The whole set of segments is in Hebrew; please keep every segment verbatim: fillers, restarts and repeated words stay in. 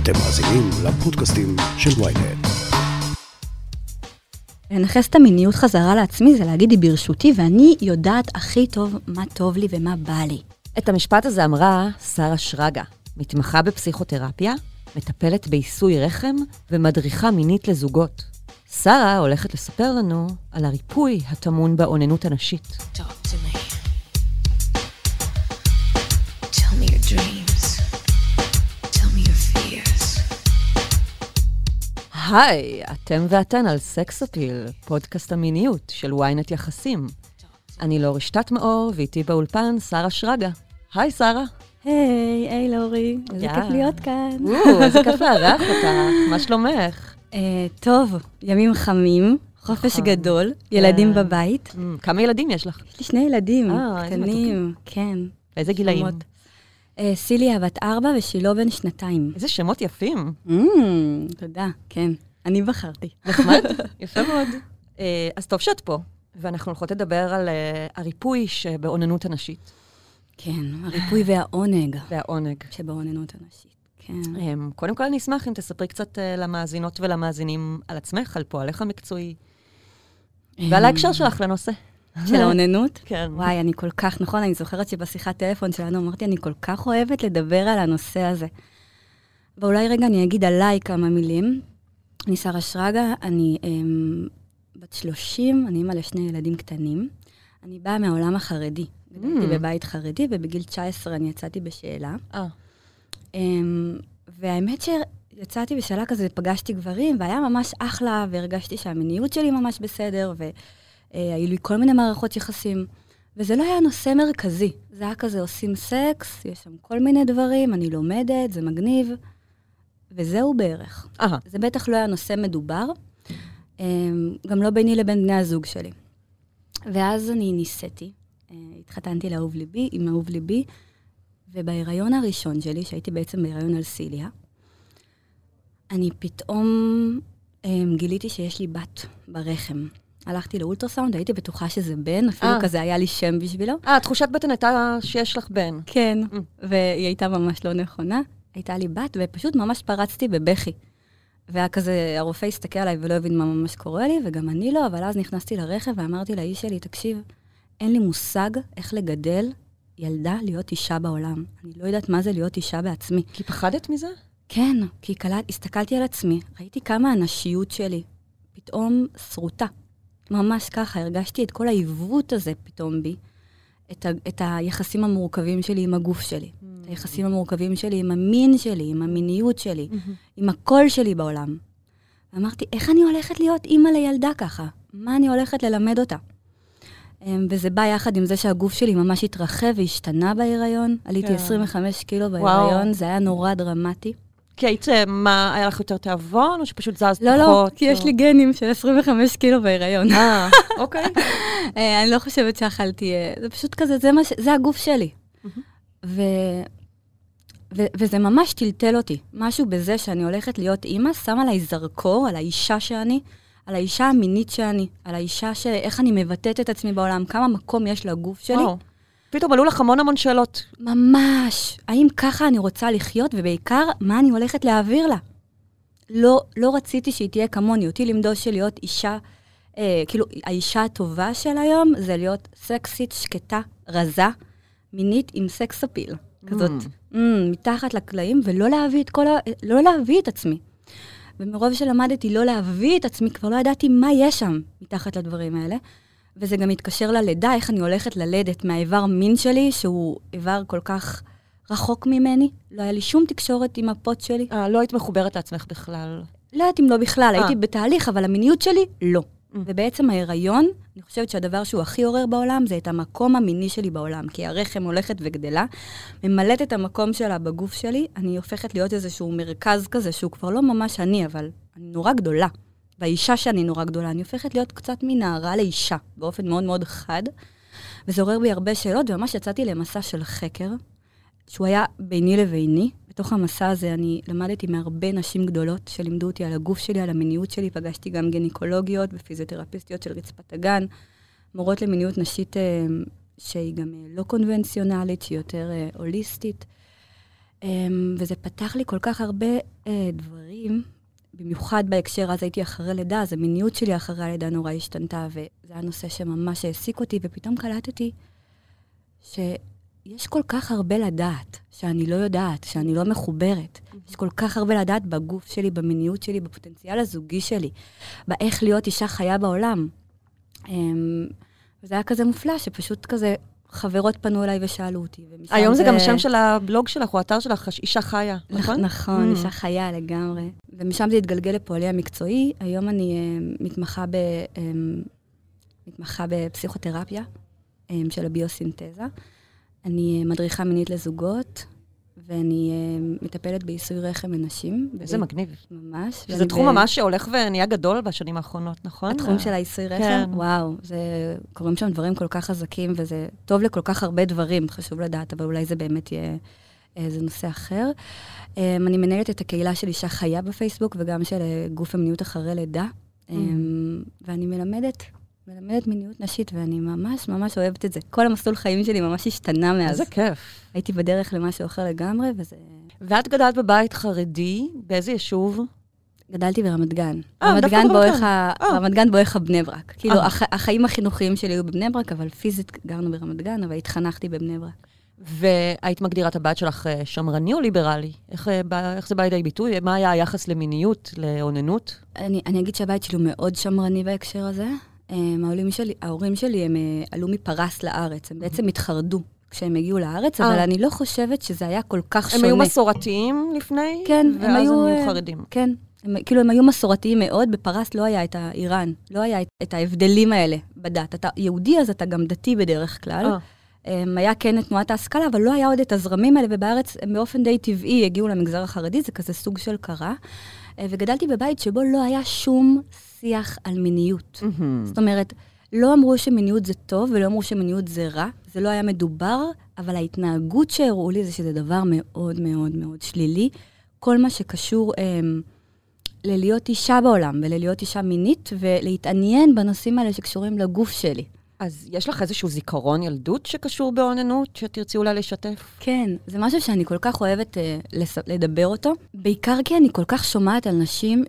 אתם מאזינים לפודקאסטים של וויינט. לנחס את המיניות חזרה לעצמי זה להגיד היא ברשותי, ואני יודעת הכי טוב מה טוב לי ומה בא לי. את המשפט הזה אמרה שרה שרגא, מתמחה בפסיכותרפיה, מטפלת בעיסוי רחם ומדריכה מינית לזוגות. שרה הולכת לספר לנו על הריפוי הטמון באוננות הנשית. Talk to me. Tell me your dreams. Tell me your fears. היי, אתם ואתן על סקס אפיל, פודקאסט המיניות של וויינט יחסים. אני לורי שטט מאור, ואיתי באולפן שרה שרגא. היי שרה. היי, היי לורי, איזה כיף להיות כאן. וואו, איזה כיף לארח אותך, מה שלומך? טוב, ימים חמים, חופש גדול, ילדים בבית. כמה ילדים יש לך? יש לי שני ילדים אה, איזה קטנים, כן. איזה גילאים? אה, סיליה בת ארבע ושילו בן שנתיים. איזה שמות יפים. אמ, תודה, כן. אני בחרתי. נחמד, יפה מאוד. אה, אז טוב שאת פה, ואנחנו הולכות לדבר על אה, הריפוי שבאוננות הנשית. כן, הריפוי והעונג. והעונג. שבאוננות הנשית, כן. אה, קודם כל אני אשמח אם תספרי קצת אה, למאזינות ולמאזינים על עצמך, על פועלך המקצועי, ועל ההקשר שלך לנושא. של האוננות? כן. וואי, אני כל כך, נכון, אני זוכרת שבשיחת טלפון שלנו אמרתי, אני כל כך אוהבת לדבר על הנושא הזה. ואולי רגע אני אגיד עליי כמה מילים. אני שרה שרגא, אני אמ, בת שלושים, אני אמא לשני ילדים קטנים. אני באה מהעולם החרדי. גדלתי בבית חרדי, ובגיל תשע עשרה אני יצאתי בשאלה. אה. אמ, והאמת שיצאתי בשאלה כזה, פגשתי גברים, והיה ממש אחלה, והרגשתי שהמיניות שלי ממש בסדר, ו... היו לי כל מיני מערכות יחסים, וזה לא היה נושא מרכזי. זה היה כזה, עושים סקס, יש שם כל מיני דברים, אני לומדת, זה מגניב, וזהו בערך. אהה. זה בטח לא היה נושא מדובר, גם לא ביני לבין בני הזוג שלי. ואז אני ניסיתי, התחתנתי לאהוב ליבי, עם אהוב ליבי, ובהיריון הראשון שלי, שהייתי בעצם בהיריון על סיליה, אני פתאום גיליתי שיש לי בת ברחם. הלכתי לאולטרסאונד, הייתי בטוחה שזה בן, אפילו אה. כזה היה לי שם בשבילו. אה, תחושת בטן הייתה שיש לך בן. כן, והיא הייתה ממש לא נכונה. הייתה לי בת, ופשוט ממש פרצתי בבכי. והיה כזה, הרופא הסתכל עליי ולא הבין מה ממש קורה לי, וגם אני לא, אבל אז נכנסתי לרכב ואמרתי לאיש שלי, תקשיב, אין לי מושג איך לגדל ילדה להיות אישה בעולם. אני לא יודעת מה זה להיות אישה בעצמי. כי פחדת מזה? כן, כי קלט, הסתכלתי על עצמי, ראיתי כמה הנשיות שלי פתאום שרוטה. ממש ככה, הרגשתי את כל העיוות הזה פתאום בי, את, ה, את היחסים המורכבים שלי עם הגוף שלי, mm-hmm. את היחסים המורכבים שלי עם המין שלי, עם המיניות שלי, mm-hmm. עם הקול שלי בעולם. ואמרתי, איך אני הולכת להיות אימא לילדה ככה? מה אני הולכת ללמד אותה? וזה בא יחד עם זה שהגוף שלי ממש התרחב והשתנה בהיריון. עליתי עשרים וחמש קילו בהיריון, וואו. זה היה נורא דרמטי. כי היית, מה, היה לך יותר תאבון, או שפשוט זז פחות? לא, לא, כי יש לי גנים של עשרים וחמש קילו בהיריון. אה, אוקיי. אני לא חושבת שאכלתי, זה פשוט כזה, זה הגוף שלי. וזה ממש טלטל אותי. משהו בזה שאני הולכת להיות אימא, שם עליי זרקור, על האישה שאני, על האישה המינית שאני, על האישה שאיך אני מבטאת את עצמי בעולם, כמה מקום יש לגוף שלי. וואו. פתאום עלו לך המון המון שאלות. ממש. האם ככה אני רוצה לחיות, ובעיקר, מה אני הולכת להעביר לה? לא, לא רציתי שהיא תהיה כמוני. אותי למדו של להיות אישה, אה, כאילו, האישה הטובה של היום, זה להיות סקסית, שקטה, רזה, מינית עם סקס אפיל. כזאת, mm. Mm, מתחת לקלעים, ולא להביא את כל ה... לא להביא את עצמי. ומרוב שלמדתי לא להביא את עצמי, כבר לא ידעתי מה יש שם מתחת לדברים האלה. וזה גם מתקשר ללידה, איך אני הולכת ללדת מהאיבר מין שלי, שהוא איבר כל כך רחוק ממני. לא היה לי שום תקשורת עם הפוט שלי. אה, לא היית מחוברת לעצמך בכלל. לא הייתי לא בכלל, 아. הייתי בתהליך, אבל המיניות שלי, לא. Mm. ובעצם ההיריון, אני חושבת שהדבר שהוא הכי עורר בעולם, זה את המקום המיני שלי בעולם, כי הרחם הולכת וגדלה, ממלאת את המקום שלה בגוף שלי, אני הופכת להיות איזשהו מרכז כזה, שהוא כבר לא ממש אני, אבל אני נורא גדולה. והאישה שאני נורא גדולה, אני הופכת להיות קצת מנערה לאישה, באופן מאוד מאוד חד, וזה עורר בי הרבה שאלות, וממש יצאתי למסע של חקר, שהוא היה ביני לביני. בתוך המסע הזה אני למדתי מהרבה נשים גדולות, שלימדו אותי על הגוף שלי, על המיניות שלי, פגשתי גם גניקולוגיות ופיזיותרפיסטיות של רצפת הגן, מורות למיניות נשית שהיא גם לא קונבנציונלית, שהיא יותר הוליסטית, אמ, וזה פתח לי כל כך הרבה אה, דברים, במיוחד בהקשר, אז הייתי אחרי לידה, אז המיניות שלי אחרי הלידה נורא השתנתה, וזה היה נושא שממש העסיק אותי, ופתאום קלטתי שיש כל כך הרבה לדעת, שאני לא יודעת, שאני לא מחוברת. יש כל כך הרבה לדעת בגוף שלי, במיניות שלי, בפוטנציאל הזוגי שלי, באיך להיות אישה חיה בעולם. אמ, וזה היה כזה מופלא, שפשוט כזה חברות פנו אליי ושאלו אותי. היום זה גם שם של הבלוג שלך, או האתר שלך, אישה חיה, נכון? נכון, אישה חיה לגמרי. ומשם זה התגלגל לפועלי המקצועי. היום אני מתמחה ב... מתמחה בפסיכותרפיה של הביוסינתזה. אני מדריכה מינית לזוגות, ואני מטפלת בעיסוי רחם לנשים. איזה מגניב. ממש. זה תחום ממש שהולך ונהיה גדול בשנים האחרונות, נכון? התחום של העיסוי רחם? וואו, קוראים שם דברים כל כך חזקים, וזה טוב לכל כך הרבה דברים, חשוב לדעת, אבל אולי זה באמת יהיה איזה נושא אחר. אני מנהלת את הקהילה של אישה חיה בפייסבוק, וגם של גוף המיניות אחרי לידה, ואני מלמדת. מלמדת מיניות נשית, ואני ממש ממש אוהבת את זה. כל המסלול חיים שלי ממש השתנה מאז. איזה כיף. הייתי בדרך למשהו אחר לגמרי, וזה... ואת גדלת בבית חרדי, באיזה יישוב? גדלתי ברמת גן. אה, רמת דווקא גן ברמת בואך, גן. רמת גן בואך בני ברק. כאילו, הח- החיים החינוכיים שלי היו בבני ברק, אבל פיזית גרנו ברמת גן, אבל התחנכתי בבני ברק. והיית מגדירה את הבת שלך שמרני או ליברלי? איך, איך זה בא לידי ביטוי? מה היה היחס למיניות, לאוננות? אני, אני אגיד שהבית שלי הוא מאוד שמרני בהקשר הזה. ההורים שלי, ההורים שלי הם עלו מפרס לארץ, הם בעצם התחרדו כשהם הגיעו לארץ, אבל אני לא חושבת שזה היה כל כך שונה. הם היו מסורתיים לפני? כן, הם היו... ואז הם היו חרדים. כן, כאילו הם היו מסורתיים מאוד, בפרס לא היה את האיראן, לא היה את ההבדלים האלה בדת. אתה יהודי, אז אתה גם דתי בדרך כלל. היה כן את תנועת ההשכלה, אבל לא היה עוד את הזרמים האלה, ובארץ הם באופן די טבעי הגיעו למגזר החרדי, זה כזה סוג של קרה. וגדלתי בבית שבו לא היה שום שיח על מיניות. Mm-hmm. זאת אומרת, לא אמרו שמיניות זה טוב, ולא אמרו שמיניות זה רע, זה לא היה מדובר, אבל ההתנהגות שהראו לי זה שזה דבר מאוד מאוד מאוד שלילי. כל מה שקשור אה, ללהיות אישה בעולם, וללהיות אישה מינית, ולהתעניין בנושאים האלה שקשורים לגוף שלי. אז יש לך איזשהו זיכרון ילדות שקשור באוננות, שתרצי אולי לשתף? כן, זה משהו שאני כל כך אוהבת אה, לס... לדבר אותו. בעיקר כי אני כל כך שומעת על נשים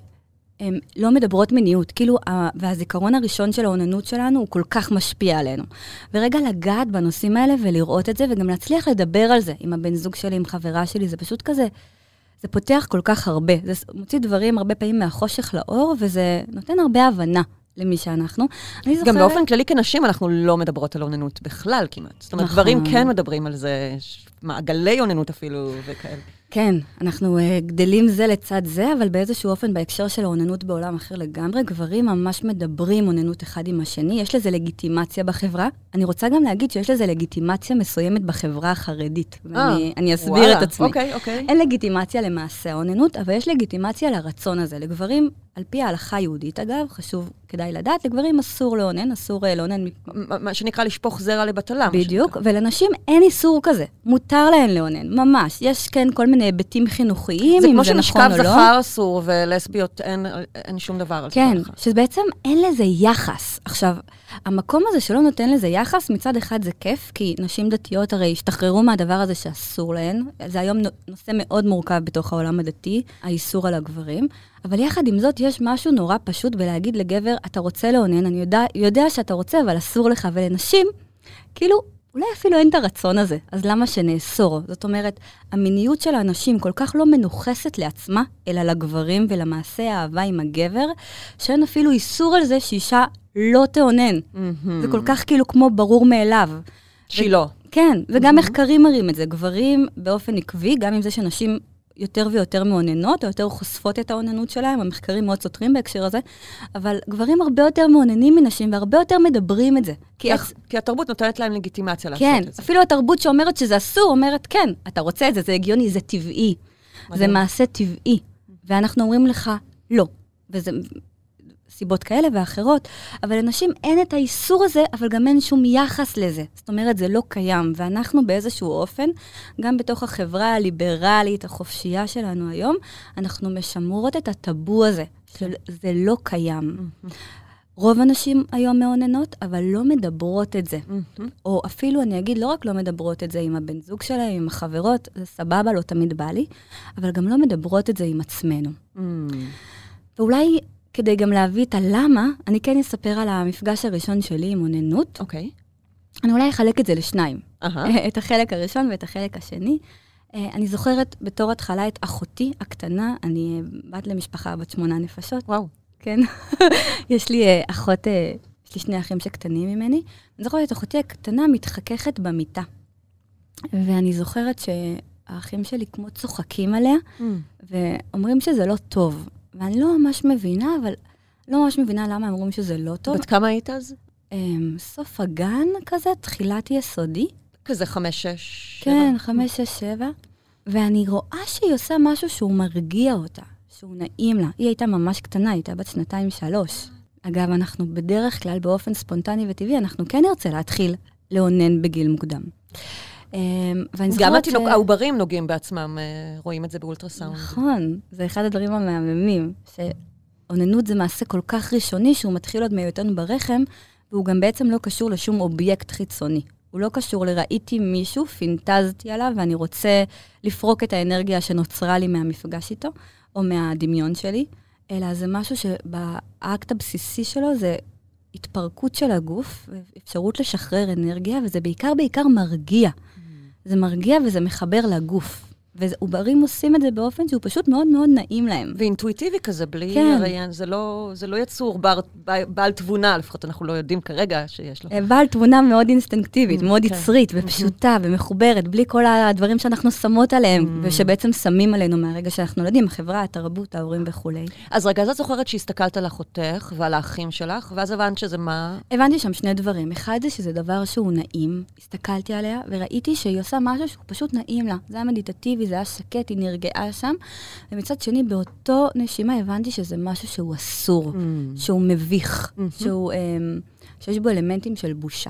שהן לא מדברות מיניות, כאילו, והזיכרון הראשון של האוננות שלנו הוא כל כך משפיע עלינו. ורגע לגעת בנושאים האלה ולראות את זה, וגם להצליח לדבר על זה עם הבן זוג שלי, עם חברה שלי, זה פשוט כזה, זה פותח כל כך הרבה. זה מוציא דברים הרבה פעמים מהחושך לאור, וזה נותן הרבה הבנה. למי שאנחנו. גם באופן כללי כנשים אנחנו לא מדברות על אוננות בכלל כמעט. זאת אומרת, דברים כן מדברים על זה, מעגלי אוננות אפילו וכאלה. כן, אנחנו גדלים זה לצד זה, אבל באיזשהו אופן בהקשר של האוננות בעולם אחר לגמרי, גברים ממש מדברים אוננות אחד עם השני, יש לזה לגיטימציה בחברה. אני רוצה גם להגיד שיש לזה לגיטימציה מסוימת בחברה החרדית. ואני אסביר את עצמי. אוקיי, אוקיי. אין לגיטימציה למעשה האוננות, אבל יש לגיטימציה לרצון הזה. לגברים, על פי ההלכה היהודית, אגב, חשוב, כדאי לדעת, לגברים אסור לאונן, אסור לאונן. מה שנקרא לשפוך זרע לבטלה. בדיוק, ולנשים אין איסור כזה. מותר להן לאונן, ממש. יש כן כל מיני היבטים חינוכיים, אם זה נכון או לא. זה כמו שנשכב זכר אסור, ולסביות אין, אין שום דבר. כן, שבעצם אין לזה יחס. עכשיו, המקום הזה שלא נותן לזה יחס, מצד אחד זה כיף, כי נשים דתיות הרי השתחררו מהדבר הזה שאסור להן. זה היום נושא מאוד מורכב בתוך העולם הדתי, האיסור על הגברים. אבל יחד עם זאת, יש משהו נורא פשוט בלהגיד לגבר, אתה רוצה לאונן, אני יודע, יודע שאתה רוצה, אבל אסור לך. ולנשים, כאילו, אולי אפילו אין את הרצון הזה, אז למה שנאסור? זאת אומרת, המיניות של האנשים כל כך לא מנוחסת לעצמה, אלא לגברים ולמעשה האהבה עם הגבר, שאין אפילו איסור על זה שאישה לא תאונן. Mm-hmm. זה כל כך כאילו כמו ברור מאליו. שהיא לא. כן, וגם mm-hmm. מחקרים מראים את זה. גברים באופן עקבי, גם עם זה שנשים יותר ויותר מאוננות, או יותר חושפות את האוננות שלהם, המחקרים מאוד סותרים בהקשר הזה, אבל גברים הרבה יותר מאוננים מנשים, והרבה יותר מדברים את זה. כי, אך, כי התרבות נותנת להם לגיטימציה לעשות כן, את זה. אפילו התרבות שאומרת שזה אסור, אומרת, כן, אתה רוצה את זה, זה הגיוני, זה טבעי. מדהים. זה מעשה טבעי. ואנחנו אומרים לך, לא. וזה סיבות כאלה ואחרות, אבל לנשים אין את האיסור הזה, אבל גם אין שום יחס לזה. זאת אומרת, זה לא קיים, ואנחנו באיזשהו אופן, גם בתוך החברה הליברלית, החופשייה שלנו היום, אנחנו משמרות את הטאבו הזה, שזה לא קיים. רוב הנשים היום מאוננות, אבל לא מדברות את זה. או אפילו, אני אגיד, לא רק לא מדברות את זה עם הבן זוג שלהם, עם החברות, זה סבבה, לא תמיד בא לי, אבל גם לא מדברות את זה עם עצמנו. ואולי כדי גם להביא את הלמה, אני כן אספר על המפגש הראשון שלי עם אוננות. אוקיי. אני אולי אחלק את זה לשניים. את החלק הראשון ואת החלק השני. אני זוכרת בתור התחלה את אחותי הקטנה, אני בת למשפחה בת שמונה נפשות. וואו. כן. יש לי אחות, יש לי שני אחים שקטנים ממני. אני זוכרת את אחותי הקטנה מתחככת במיטה. ואני זוכרת שהאחים שלי כמו צוחקים עליה, ואומרים שזה לא טוב. ואני לא ממש מבינה, אבל לא ממש מבינה למה הם אומרים שזה לא טוב. בת כמה היית אז? סוף הגן כזה, תחילת יסודי. כזה חמש, שש, שבע. כן, חמש, שש, שבע. ואני רואה שהיא עושה משהו שהוא מרגיע אותה, שהוא נעים לה. היא הייתה ממש קטנה, היא הייתה בת שנתיים שלוש. אגב, אנחנו בדרך כלל, באופן ספונטני וטבעי, אנחנו כן נרצה להתחיל לאונן בגיל מוקדם. גם התינוק, העוברים נוגעים בעצמם, רואים את זה באולטרסאונד. נכון, זה אחד הדברים המהממים, שאוננות זה מעשה כל כך ראשוני, שהוא מתחיל עוד מהיותנו ברחם, והוא גם בעצם לא קשור לשום אובייקט חיצוני. הוא לא קשור לראיתי מישהו, פינטזתי עליו, ואני רוצה לפרוק את האנרגיה שנוצרה לי מהמפגש איתו, או מהדמיון שלי, אלא זה משהו שבאקט הבסיסי שלו זה התפרקות של הגוף, אפשרות לשחרר אנרגיה, וזה בעיקר בעיקר מרגיע. זה מרגיע וזה מחבר לגוף. ועוברים עושים את זה באופן שהוא פשוט מאוד מאוד נעים להם. ואינטואיטיבי כזה, בלי כן. הריין, זה לא, זה לא יצור בר, בעל תבונה, לפחות אנחנו לא יודעים כרגע שיש לו. בעל תבונה מאוד אינסטינקטיבית, מאוד כן. יצרית ופשוטה ומחוברת, בלי כל הדברים שאנחנו שמות עליהם, ושבעצם שמים עלינו מהרגע שאנחנו יודעים, החברה, התרבות, ההורים וכולי. אז רגע, אז את זוכרת שהסתכלת על אחותך ועל האחים שלך, ואז הבנת שזה מה? הבנתי שם שני דברים. אחד זה שזה דבר שהוא נעים, הסתכלתי עליה וראיתי שהיא עושה משהו שהוא פשוט נעים לה. זה היה מדיטטיבי, זה היה שקט, היא נרגעה שם. ומצד שני, באותו נשימה הבנתי שזה משהו שהוא אסור, mm. שהוא מביך, mm-hmm. שהוא, um, שיש בו אלמנטים של בושה.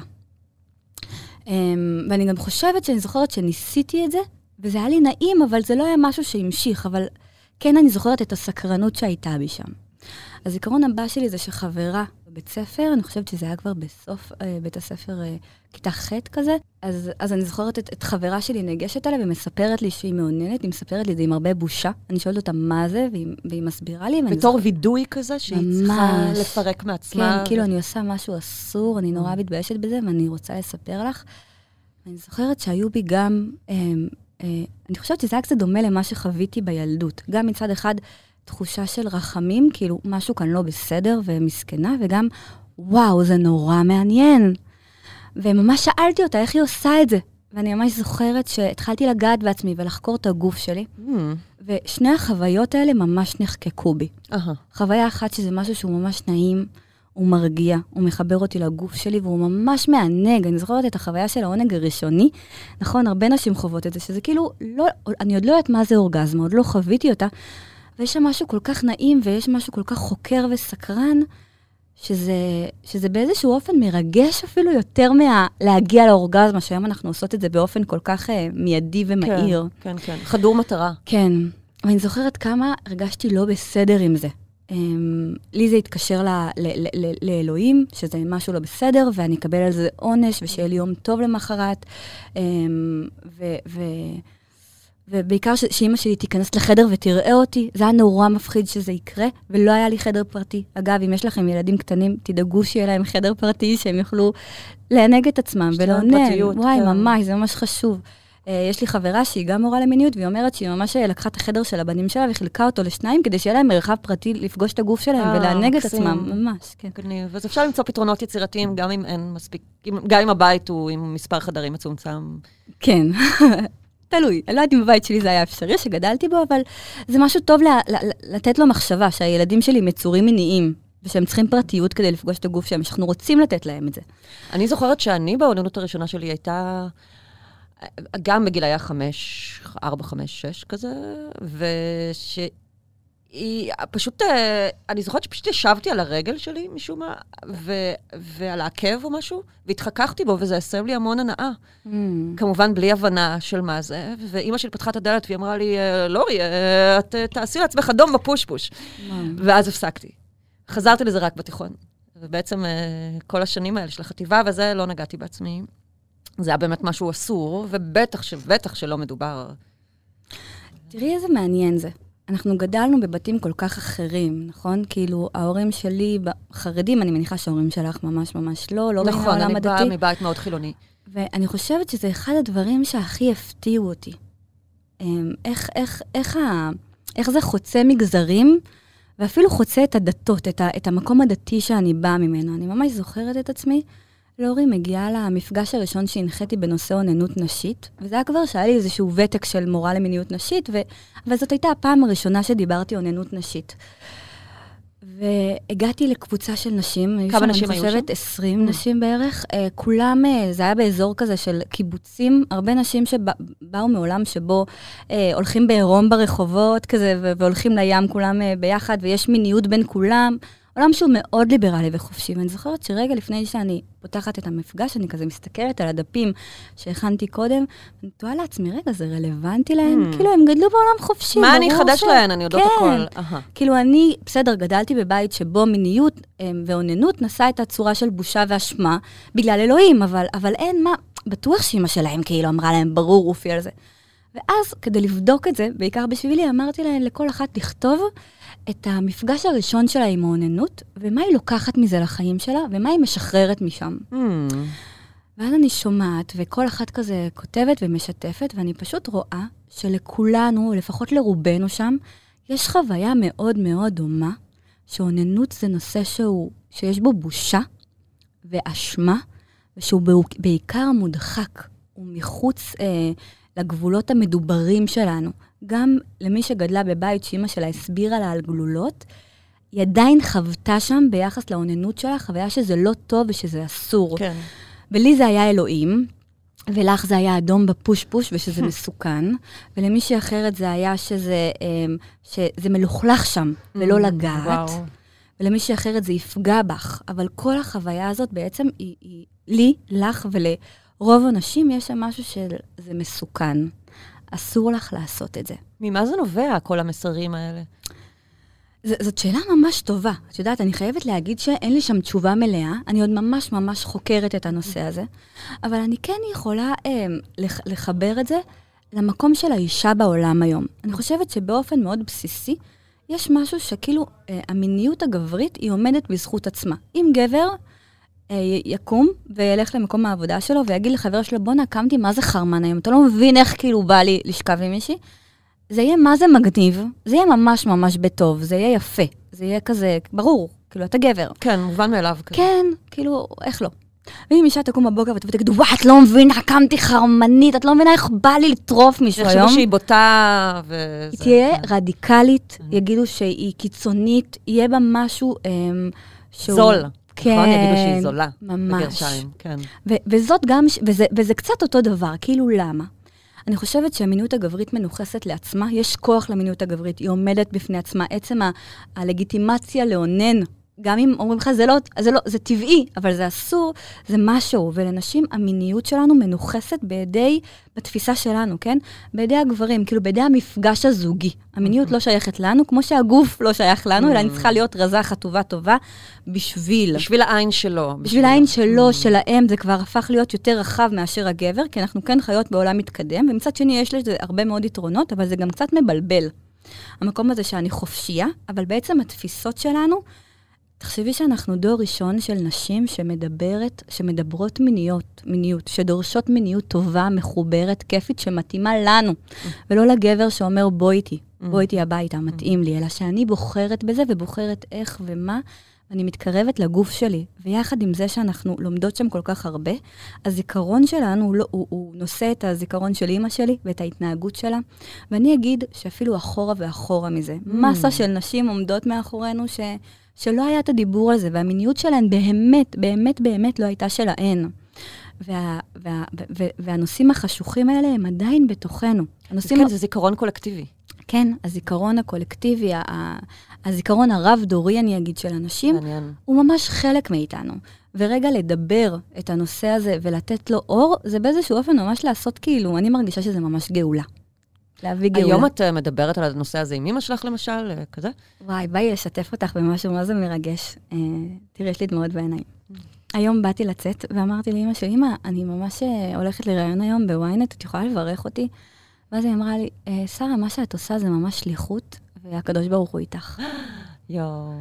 Um, ואני גם חושבת שאני זוכרת שניסיתי את זה, וזה היה לי נעים, אבל זה לא היה משהו שהמשיך, אבל כן אני זוכרת את הסקרנות שהייתה בי שם. הזיכרון הבא שלי זה שחברה בבית ספר, אני חושבת שזה היה כבר בסוף אה, בית הספר אה, כיתה ח' כזה, אז, אז אני זוכרת את, את חברה שלי נגשת עליה ומספרת לי שהיא מעוננת, היא מספרת לי את זה עם הרבה בושה, אני שואלת אותה מה זה, והיא, והיא מסבירה לי. בתור זוכרת... וידוי כזה שהיא ממש צריכה לפרק מעצמה. כן, ו... כאילו אני עושה משהו אסור, אני נורא מתביישת בזה, ואני רוצה לספר לך. אני זוכרת שהיו בי גם, אה, אה, אני חושבת שזה היה קצת דומה למה שחוויתי בילדות, גם מצד אחד, תחושה של רחמים, כאילו משהו כאן לא בסדר ומסכנה, וגם, וואו, זה נורא מעניין. וממש שאלתי אותה איך היא עושה את זה. ואני ממש זוכרת שהתחלתי לגעת בעצמי ולחקור את הגוף שלי, mm. ושני החוויות האלה ממש נחקקו בי. Uh-huh. חוויה אחת שזה משהו שהוא ממש נעים, הוא מרגיע, הוא מחבר אותי לגוף שלי, והוא ממש מענג. אני זוכרת את החוויה של העונג הראשוני. נכון, הרבה נשים חוות את זה, שזה כאילו, לא, אני עוד לא יודעת מה זה אורגזמה, עוד לא חוויתי אותה, ויש שם משהו כל כך נעים, ויש משהו כל כך חוקר וסקרן, שזה, שזה באיזשהו אופן מרגש אפילו יותר מהלהגיע לאורגזמה, שהיום אנחנו עושות את זה באופן כל כך uh, מיידי ומהיר. כן, כן, כן. חדור מטרה. כן. ואני זוכרת כמה הרגשתי לא בסדר עם זה. Um, לי זה התקשר ל, ל, ל, ל, לאלוהים, שזה משהו לא בסדר, ואני אקבל על זה עונש, ושיהיה לי יום טוב למחרת. Um, ו... ו ובעיקר ש- שאמא שלי תיכנס לחדר ותראה אותי, זה היה נורא מפחיד שזה יקרה, ולא היה לי חדר פרטי. אגב, אם יש לכם ילדים קטנים, תדאגו שיהיה להם חדר פרטי, שהם יוכלו לענג את עצמם ולעונן. וואי, כן. ממש, זה ממש חשוב. Uh, יש לי חברה שהיא גם מורה למיניות, והיא אומרת שהיא ממש לקחה את החדר של הבנים שלה, וחילקה אותו לשניים, כדי שיהיה להם מרחב פרטי לפגוש את הגוף שלהם, 아, ולענג את עצמם, ממש, כן. גניב. אז אפשר למצוא פתרונות יצירתיים, גם אם אין מספיק, גם אם הבית הוא עם מספר חדרים מצומצם. כן. תלוי. אני לא יודעת אם בבית שלי זה היה אפשרי, שגדלתי בו, אבל זה משהו טוב ל- ל- לתת לו מחשבה, שהילדים שלי מצורים מיניים, ושהם צריכים פרטיות כדי לפגוש את הגוף שלהם, שאנחנו רוצים לתת להם את זה. אני זוכרת שאני בעוננות הראשונה שלי הייתה, גם בגיל היה חמש, ארבע, חמש, שש כזה, וש... היא פשוט, אני זוכרת שפשוט ישבתי על הרגל שלי משום מה, ו- ועל העקב או משהו, והתחככתי בו, וזה הסב לי המון הנאה. Mm. כמובן, בלי הבנה של מה זה, ואמא שלי פתחה את הדלת, והיא אמרה לי, לורי, את תעשי לעצמך אדום בפושפוש. Mm. ואז הפסקתי. חזרתי לזה רק בתיכון. ובעצם כל השנים האלה של החטיבה, וזה לא נגעתי בעצמי. זה היה באמת משהו אסור, ובטח שבטח שלא מדובר. תראי איזה מעניין זה. אנחנו גדלנו בבתים כל כך אחרים, נכון? כאילו, ההורים שלי, חרדים, אני מניחה שההורים שלך ממש ממש לא, לא בין העולם הדתי. נכון, אני באה מבית מאוד חילוני. ואני חושבת שזה אחד הדברים שהכי הפתיעו אותי. איך, איך, איך, ה, איך זה חוצה מגזרים, ואפילו חוצה את הדתות, את, ה, את המקום הדתי שאני באה ממנו. אני ממש זוכרת את עצמי. לורי מגיעה למפגש הראשון שהנחיתי בנושא אוננות נשית, וזה היה כבר שהיה לי איזשהו ותק של מורה למיניות נשית, ו... אבל זאת הייתה הפעם הראשונה שדיברתי אוננות נשית. והגעתי לקבוצה של נשים. כמה נשים היו שם? אני חושבת עשרים Mm. נשים בערך. כולם, זה היה באזור כזה של קיבוצים, הרבה נשים שבאו מעולם שבו אה, הולכים בעירום ברחובות כזה, ו- והולכים לים כולם אה, ביחד, ויש מיניות בין כולם. עולם שהוא מאוד ליברלי וחופשי, ואני זוכרת שרגע לפני שאני פותחת את המפגש, אני כזה מסתכלת על הדפים שהכנתי קודם, ואני תוהה לעצמי, רגע, זה רלוונטי להן? Hmm. כאילו, הם גדלו בעולם חופשי. מה אני אחדש ש... להן? אני יודעת כן. הכל. Aha. כאילו, אני, בסדר, גדלתי בבית שבו מיניות הם, ואוננות נשא את הצורה של בושה ואשמה, בגלל אלוהים, אבל, אבל אין מה, בטוח שאמא שלהם כאילו אמרה להם, ברור, אופי על זה. ואז, כדי לבדוק את זה, בעיקר בשבילי, אמרתי להן לכל אחת לכתוב את המפגש הראשון שלה עם האוננות, ומה היא לוקחת מזה לחיים שלה, ומה היא משחררת משם. Hmm. ואז אני שומעת, וכל אחת כזה כותבת ומשתפת, ואני פשוט רואה שלכולנו, לפחות לרובנו שם, יש חוויה מאוד מאוד דומה, שאוננות זה נושא שהוא, שיש בו בושה ואשמה, ושהוא בעיקר מודחק, הוא מחוץ אה, לגבולות המדוברים שלנו. גם למי שגדלה בבית שאמא שלה הסבירה לה על גלולות, היא עדיין חוותה שם ביחס לאוננות שלה, חוויה שזה לא טוב ושזה אסור. כן. ולי זה היה אלוהים, ולך זה היה אדום בפוש פוש ושזה מסוכן, ולמישהי אחרת זה היה שזה, שזה מלוכלך שם ולא לגעת, וואו. ולמישהי אחרת זה יפגע בך, אבל כל החוויה הזאת בעצם היא, היא לי, לך ולרוב אנשים יש שם משהו שזה מסוכן. אסור לך לעשות את זה. ממה זה נובע, כל המסרים האלה? ז- זאת שאלה ממש טובה. את יודעת, אני חייבת להגיד שאין לי שם תשובה מלאה, אני עוד ממש ממש חוקרת את הנושא הזה, אבל אני כן יכולה אה, לח- לחבר את זה למקום של האישה בעולם היום. אני חושבת שבאופן מאוד בסיסי, יש משהו שכאילו אה, המיניות הגברית היא עומדת בזכות עצמה. אם גבר אה, יקום וילך למקום העבודה שלו ויגיד לחבר שלו, בוא נקמתי, מה זה חרמן היום? אתה לא מבין איך כאילו בא לי לשכב עם מישהי? זה יהיה מה זה מגניב, זה יהיה ממש ממש בטוב, זה יהיה יפה, זה יהיה כזה, ברור, כאילו, אתה גבר. כן, מובן מאליו כזה. כן, כאילו, איך לא? ואם אישה תקום בבוקר ותגידו, וואי, את לא מבינה, קמתי חרמנית, את לא מבינה איך בא לי לטרוף מישהו היום. יחשבו שהיא בוטה וזה. היא תהיה רדיקלית, יגידו שהיא קיצונית, יהיה בה משהו אמ, שהוא... זול. כן, נכון, יגידו שהיא זולה. ממש. בגרשיים, כן. ו- וזאת גם, ש- וזה, וזה קצת אותו דבר, כאילו למה? אני חושבת שהמיניות הגברית מנוחסת לעצמה, יש כוח למיניות הגברית, היא עומדת בפני עצמה, עצם ה- הלגיטימציה לאונן, גם אם אומרים לך, זה לא, זה לא, זה טבעי, אבל זה אסור, זה משהו, ולנשים המיניות שלנו מנוחסת בידי, בתפיסה שלנו, כן? בידי הגברים, כאילו בידי המפגש הזוגי. המיניות לא שייכת לנו, כמו שהגוף לא שייך לנו, אלא אני צריכה להיות רזה, חטובה, טובה, בשביל. בשביל העין שלו. בשביל העין שלו, שלהם, זה כבר הפך להיות יותר רחב מאשר הגבר, כי אנחנו כן חיות בעולם מתקדם, ומצד שני יש לזה הרבה מאוד יתרונות, אבל זה גם קצת מבלבל. המקום הזה שאני חופשייה, אבל בעצם התפיסות שלנו, תחשבי שאנחנו דור ראשון של נשים שמדברת, שמדברות מיניות, מיניות, שדורשות מיניות טובה, מחוברת, כיפית, שמתאימה לנו, ולא לגבר שאומר בואי איתי, בואי איתי הביתה, מתאים לי, אלא שאני בוחרת בזה ובוחרת איך ומה, ואני מתקרבת לגוף שלי, ויחד עם זה שאנחנו לומדות שם כל כך הרבה, הזיכרון שלנו הוא, לא, הוא, הוא נושא את הזיכרון של אמא שלי ואת ההתנהגות שלה, ואני אגיד שאפילו אחורה ואחורה מזה, מסה של נשים עומדות מאחורינו ש... שלא היה את הדיבור על זה, והמיניות שלהן באמת, באמת, באמת לא הייתה שלהן. וה, וה, וה, והנושאים החשוכים האלה הם עדיין בתוכנו. הנושאים כן, זה זיכרון קולקטיבי. כן, הזיכרון הקולקטיבי, הזיכרון הרב-דורי, אני אגיד, של אנשים, מעניין. הוא ממש חלק מאיתנו. ורגע לדבר את הנושא הזה ולתת לו אור, זה באיזשהו אופן ממש לעשות כאילו, אני מרגישה שזה ממש גאולה. להביא גאולה. היום את אה, מדברת על הנושא הזה עם אמא שלך למשל, אה, כזה? וואי, ביי לשתף אותך במשהו מה זה מרגש. אה, תראי, יש לי דמעות בעיניים. היום באתי לצאת, ואמרתי לאמא שלי, אמא, אני ממש אה, הולכת לראיון היום בוויינט, את יכולה לברך אותי? ואז היא אמרה לי, אה, שרה, מה שאת עושה זה ממש שליחות, והקדוש ברוך הוא איתך. יואו.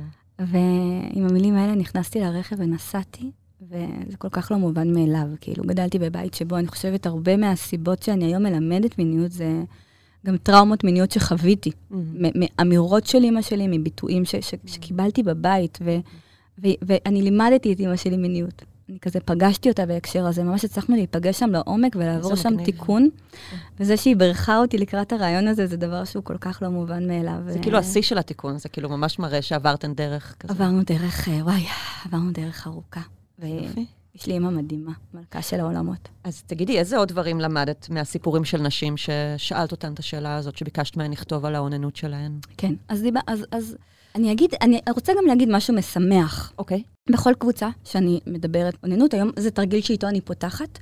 ועם המילים האלה נכנסתי לרכב ונסעתי, וזה כל כך לא מובן מאליו. כאילו, גדלתי בבית שבו אני חושבת הרבה מהסיבות שאני היום מלמדת מיניות, זה גם טראומות מיניות שחוויתי. מאמירות של אמא שלי, מביטויים ש- ש- שקיבלתי בבית, ו- ו- ואני לימדתי את אמא שלי מיניות. אני כזה פגשתי אותה בהקשר הזה, ממש הצלחנו להיפגש שם לעומק ולעבור שם מגניב. תיקון. וזה שהיא ברכה אותי לקראת הרעיון הזה, זה דבר שהוא כל כך לא מובן מאליו. זה כאילו השיא של התיקון, זה כאילו ממש מראה שעברתן דרך כזה. עברנו דרך, אה, וואי, עברנו דרך ארוכה. יופי. ויש לי אמא מדהימה, מלכה של העולמות. אז תגידי, איזה עוד דברים למדת מהסיפורים של נשים ששאלת אותן את השאלה הזאת, שביקשת מהן לכתוב על האוננות שלהן? כן, אז, דיבה, אז, אז אני אגיד, אני רוצה גם להגיד משהו משמח. אוקיי. בכל קבוצה שאני מדברת אוננות, היום זה תרגיל שאיתו אני פותחת,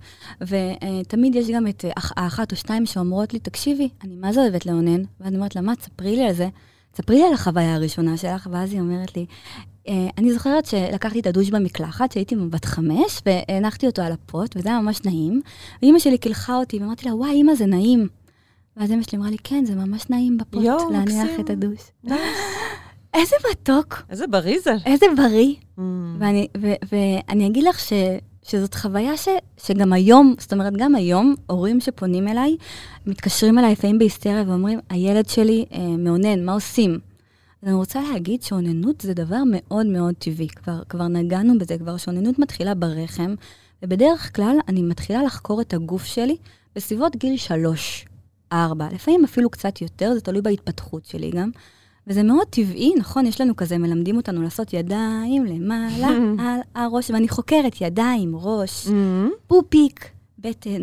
ותמיד יש גם את האחת או שתיים שאומרות לי, תקשיבי, אני מה זה אוהבת לאונן? ואני אומרת לה, מה, תספרי לי על זה. תספרי לי על החוויה הראשונה שלך, ואז היא אומרת לי, אני זוכרת שלקחתי את הדוש במקלחת, שהייתי בת חמש, והנחתי אותו על הפוט, וזה היה ממש נעים, ואמא שלי קילחה אותי, ואמרתי לה, וואי, אמא, זה נעים. ואז אמא שלי אמרה לי, כן, זה ממש נעים בפוט, יו, להניח מקסים. את הדוש. נייס. איזה מתוק, איזה בריא זה. איזה בריא. Mm. ואני, ו, ואני אגיד לך ש, שזאת חוויה ש, שגם היום, זאת אומרת, גם היום, הורים שפונים אליי, מתקשרים אליי לפעמים בהיסטריה ואומרים, הילד שלי אה, מאונן, מה עושים? אז אני רוצה להגיד שאוננות זה דבר מאוד מאוד טבעי. כבר, כבר נגענו בזה, כבר שאוננות מתחילה ברחם, ובדרך כלל אני מתחילה לחקור את הגוף שלי בסביבות גיל שלוש, ארבע, לפעמים אפילו קצת יותר, זה תלוי בהתפתחות שלי גם. וזה מאוד טבעי, נכון? יש לנו כזה, מלמדים אותנו לעשות ידיים למעלה על הראש, ואני חוקרת ידיים, ראש, פופיק, בטן,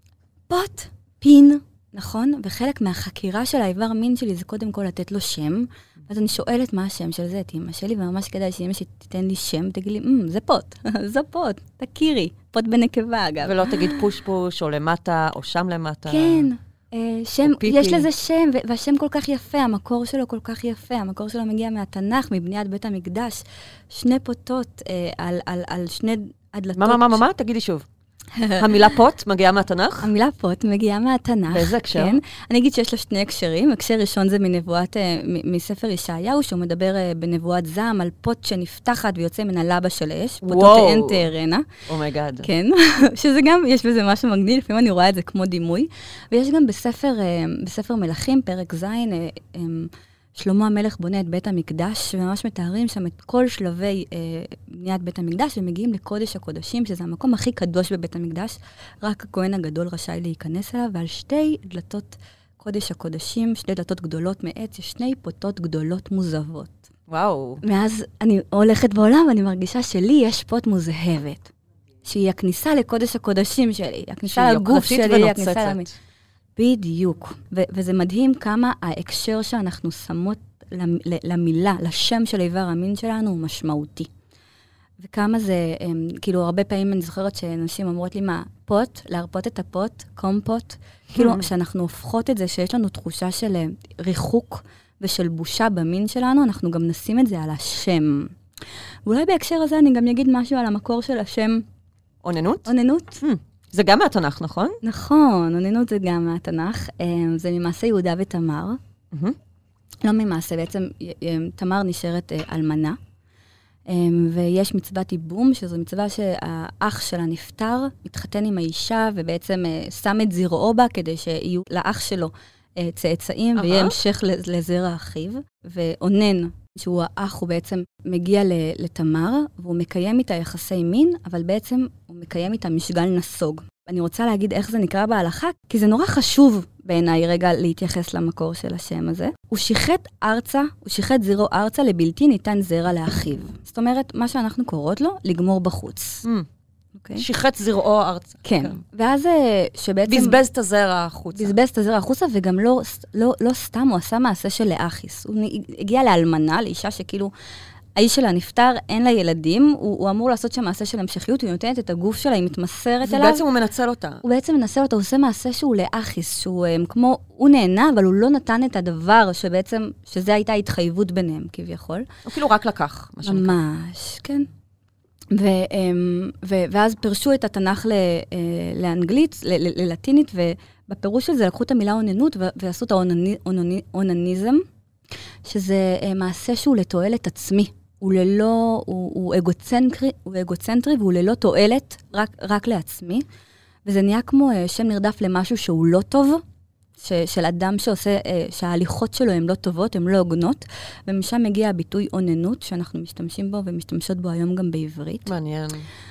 פוט, פין, נכון? וחלק מהחקירה של האיבר מין שלי זה קודם כל לתת לו שם, אז אני שואלת מה השם של זה, את אמא שלי, וממש כדאי שאמא שתיתן לי שם, תגיד לי, "אמ, זה פוט, זה פוט, תכירי, פוט בנקבה אגב. ולא תגיד פוש פוש, או למטה, או שם למטה. כן. אה, שם, או פיפי. יש לזה שם, ו- והשם כל כך יפה, המקור שלו כל כך יפה, המקור שלו מגיע מהתנ"ך, מבניית בית המקדש, שני פוטות אה, על, על, על שני הדלתות. מה, מה, מה, מה? תגידי שוב. המילה פוט מגיעה מהתנ"ך? המילה פוט מגיעה מהתנ"ך. באיזה הקשר? כן. אני אגיד שיש לה שני הקשרים. הקשר ראשון זה מנבואת, אה, מ- מספר ישעיהו, שהוא מדבר אה, בנבואת זעם על פוט שנפתחת ויוצא מן הלבה של אש. פוטות וואו. אין תארנה. אומייגאד. כן, שזה גם, יש בזה משהו מגניב, לפעמים אני רואה את זה כמו דימוי. ויש גם בספר, אה, בספר מלכים, פרק ז', אה, אה, שלמה המלך בונה את בית המקדש, וממש מתארים שם את כל שלבי אה, בניית בית המקדש, ומגיעים לקודש הקודשים, שזה המקום הכי קדוש בבית המקדש, רק הכהן הגדול רשאי להיכנס אליו, ועל שתי דלתות קודש הקודשים, שתי דלתות גדולות מעץ, יש שני פוטות גדולות מוזהבות. וואו. מאז אני הולכת בעולם, ואני מרגישה שלי יש פוט מוזהבת, שהיא הכניסה לקודש הקודשים שלי, הכניסה שהיא לגוף יוקרתית שלי, הכניסה ונוצצת. למ... בדיוק. ו- וזה מדהים כמה ההקשר שאנחנו שמות למ- למילה, לשם של איבר המין שלנו, הוא משמעותי. וכמה זה, הם, כאילו, הרבה פעמים אני זוכרת שאנשים אומרות לי, מה, פוט, להרפות את הפוט, קומפוט, כאילו, שאנחנו הופכות את זה, שיש לנו תחושה של אה, ריחוק ושל בושה במין שלנו, אנחנו גם נשים את זה על השם. ואולי בהקשר הזה אני גם אגיד משהו על המקור של השם אוננות? אוננות. זה גם מהתנ"ך, נכון? נכון, אוננות זה גם מהתנ"ך, אה, זה ממעשה יהודה ותמר. מהמם. לא ממעשה, בעצם אה, תמר נשארת אה, אלמנה, אה, ויש מצוות ייבום, שזו מצווה שהאח שלה נפטר, מתחתן עם האישה, ובעצם אה, שם את זרעו בה, כדי שיהיו לאח שלו אה, צאצאים, אהה. ויהיה המשך ל- לזרע אחיו. ואונן, שהוא האח, הוא בעצם מגיע ל- לתמר, והוא מקיים איתה יחסי מין, אבל בעצם הוא מקיים איתה משגל נסוג. אני רוצה להגיד איך זה נקרא בהלכה, כי זה נורא חשוב בעיניי רגע להתייחס למקור של השם הזה. הוא שיחת ארצה, הוא שיחת זרעו ארצה לבלתי ניתן זרע לאחיו. זאת אומרת, מה שאנחנו קוראות לו, לגמור בחוץ. אוקיי? שיחת זרעו ארצה. כן. ואז אה, שבעצם... בזבז את הזרע החוצה. בזבז את הזרע החוצה, וגם לא, לא, לא סתם הוא עשה מעשה של לאחיס. הוא נ- הגיע לאלמנה, לאישה שכאילו האיש שלה נפטר, אין לה ילדים, הוא, הוא אמור לעשות שם מעשה של המשכיות, הוא נותנת את הגוף שלה, היא מתמסרת אליו. ובעצם הוא מנצל אותה. הוא בעצם מנסה אותה, הוא עושה מעשה שהוא לאחיס, שהוא um, כמו, הוא נהנה, אבל הוא לא נתן את הדבר שבעצם, שזה הייתה התחייבות ביניהם, כביכול. הוא כאילו רק לקח. ממש, כן. ו, um, ו, ואז פרשו את התנ"ך ל, uh, לאנגלית, ל, ל, ללטינית, ובפירוש של זה לקחו את המילה אוננות, ו, ועשו את האונניזם, שזה uh, מעשה שהוא לתועלת עצמי. הוא ללא, הוא, הוא אגוצנטרי, הוא אגוצנטרי, והוא ללא תועלת, רק, רק לעצמי. וזה נהיה כמו uh, שם נרדף למשהו שהוא לא טוב, ש, של אדם שעושה, uh, שההליכות שלו הן לא טובות, הן לא הוגנות, ומשם מגיע הביטוי אוננות, שאנחנו משתמשים בו ומשתמשות בו היום גם בעברית. מעניין.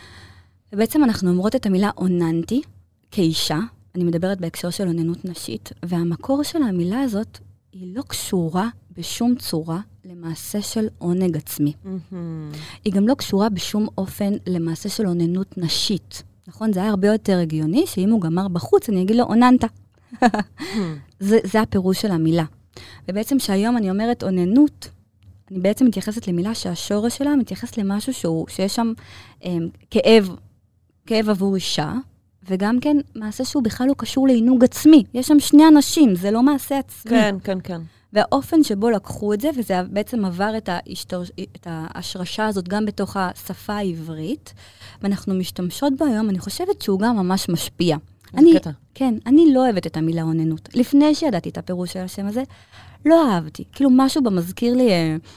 ובעצם אנחנו אומרות את המילה אוננתי כאישה, אני מדברת בהקשר של אוננות נשית, והמקור של המילה הזאת היא לא קשורה בשום צורה למעשה של עונג עצמי. Mm-hmm. היא גם לא קשורה בשום אופן למעשה של אוננות נשית. נכון? זה היה הרבה יותר הגיוני, שאם הוא גמר בחוץ, אני אגיד לו, אוננת. mm-hmm. זה, זה הפירוש של המילה. ובעצם שהיום אני אומרת אוננות, אני בעצם מתייחסת למילה שהשורש שלה מתייחס למשהו שהוא, שיש שם אה, כאב, כאב עבור אישה, וגם כן מעשה שהוא בכלל לא קשור לעינוג עצמי. יש שם שני אנשים, זה לא מעשה עצמי. כן, כן, כן. והאופן שבו לקחו את זה, וזה בעצם עבר את, ההשתר... את ההשרשה הזאת גם בתוך השפה העברית, ואנחנו משתמשות בו היום, אני חושבת שהוא גם ממש משפיע. אני, קטע. כן, אני לא אוהבת את המילה אוננות. לפני שידעתי את הפירוש של השם הזה, לא אהבתי. כאילו משהו במזכיר לי,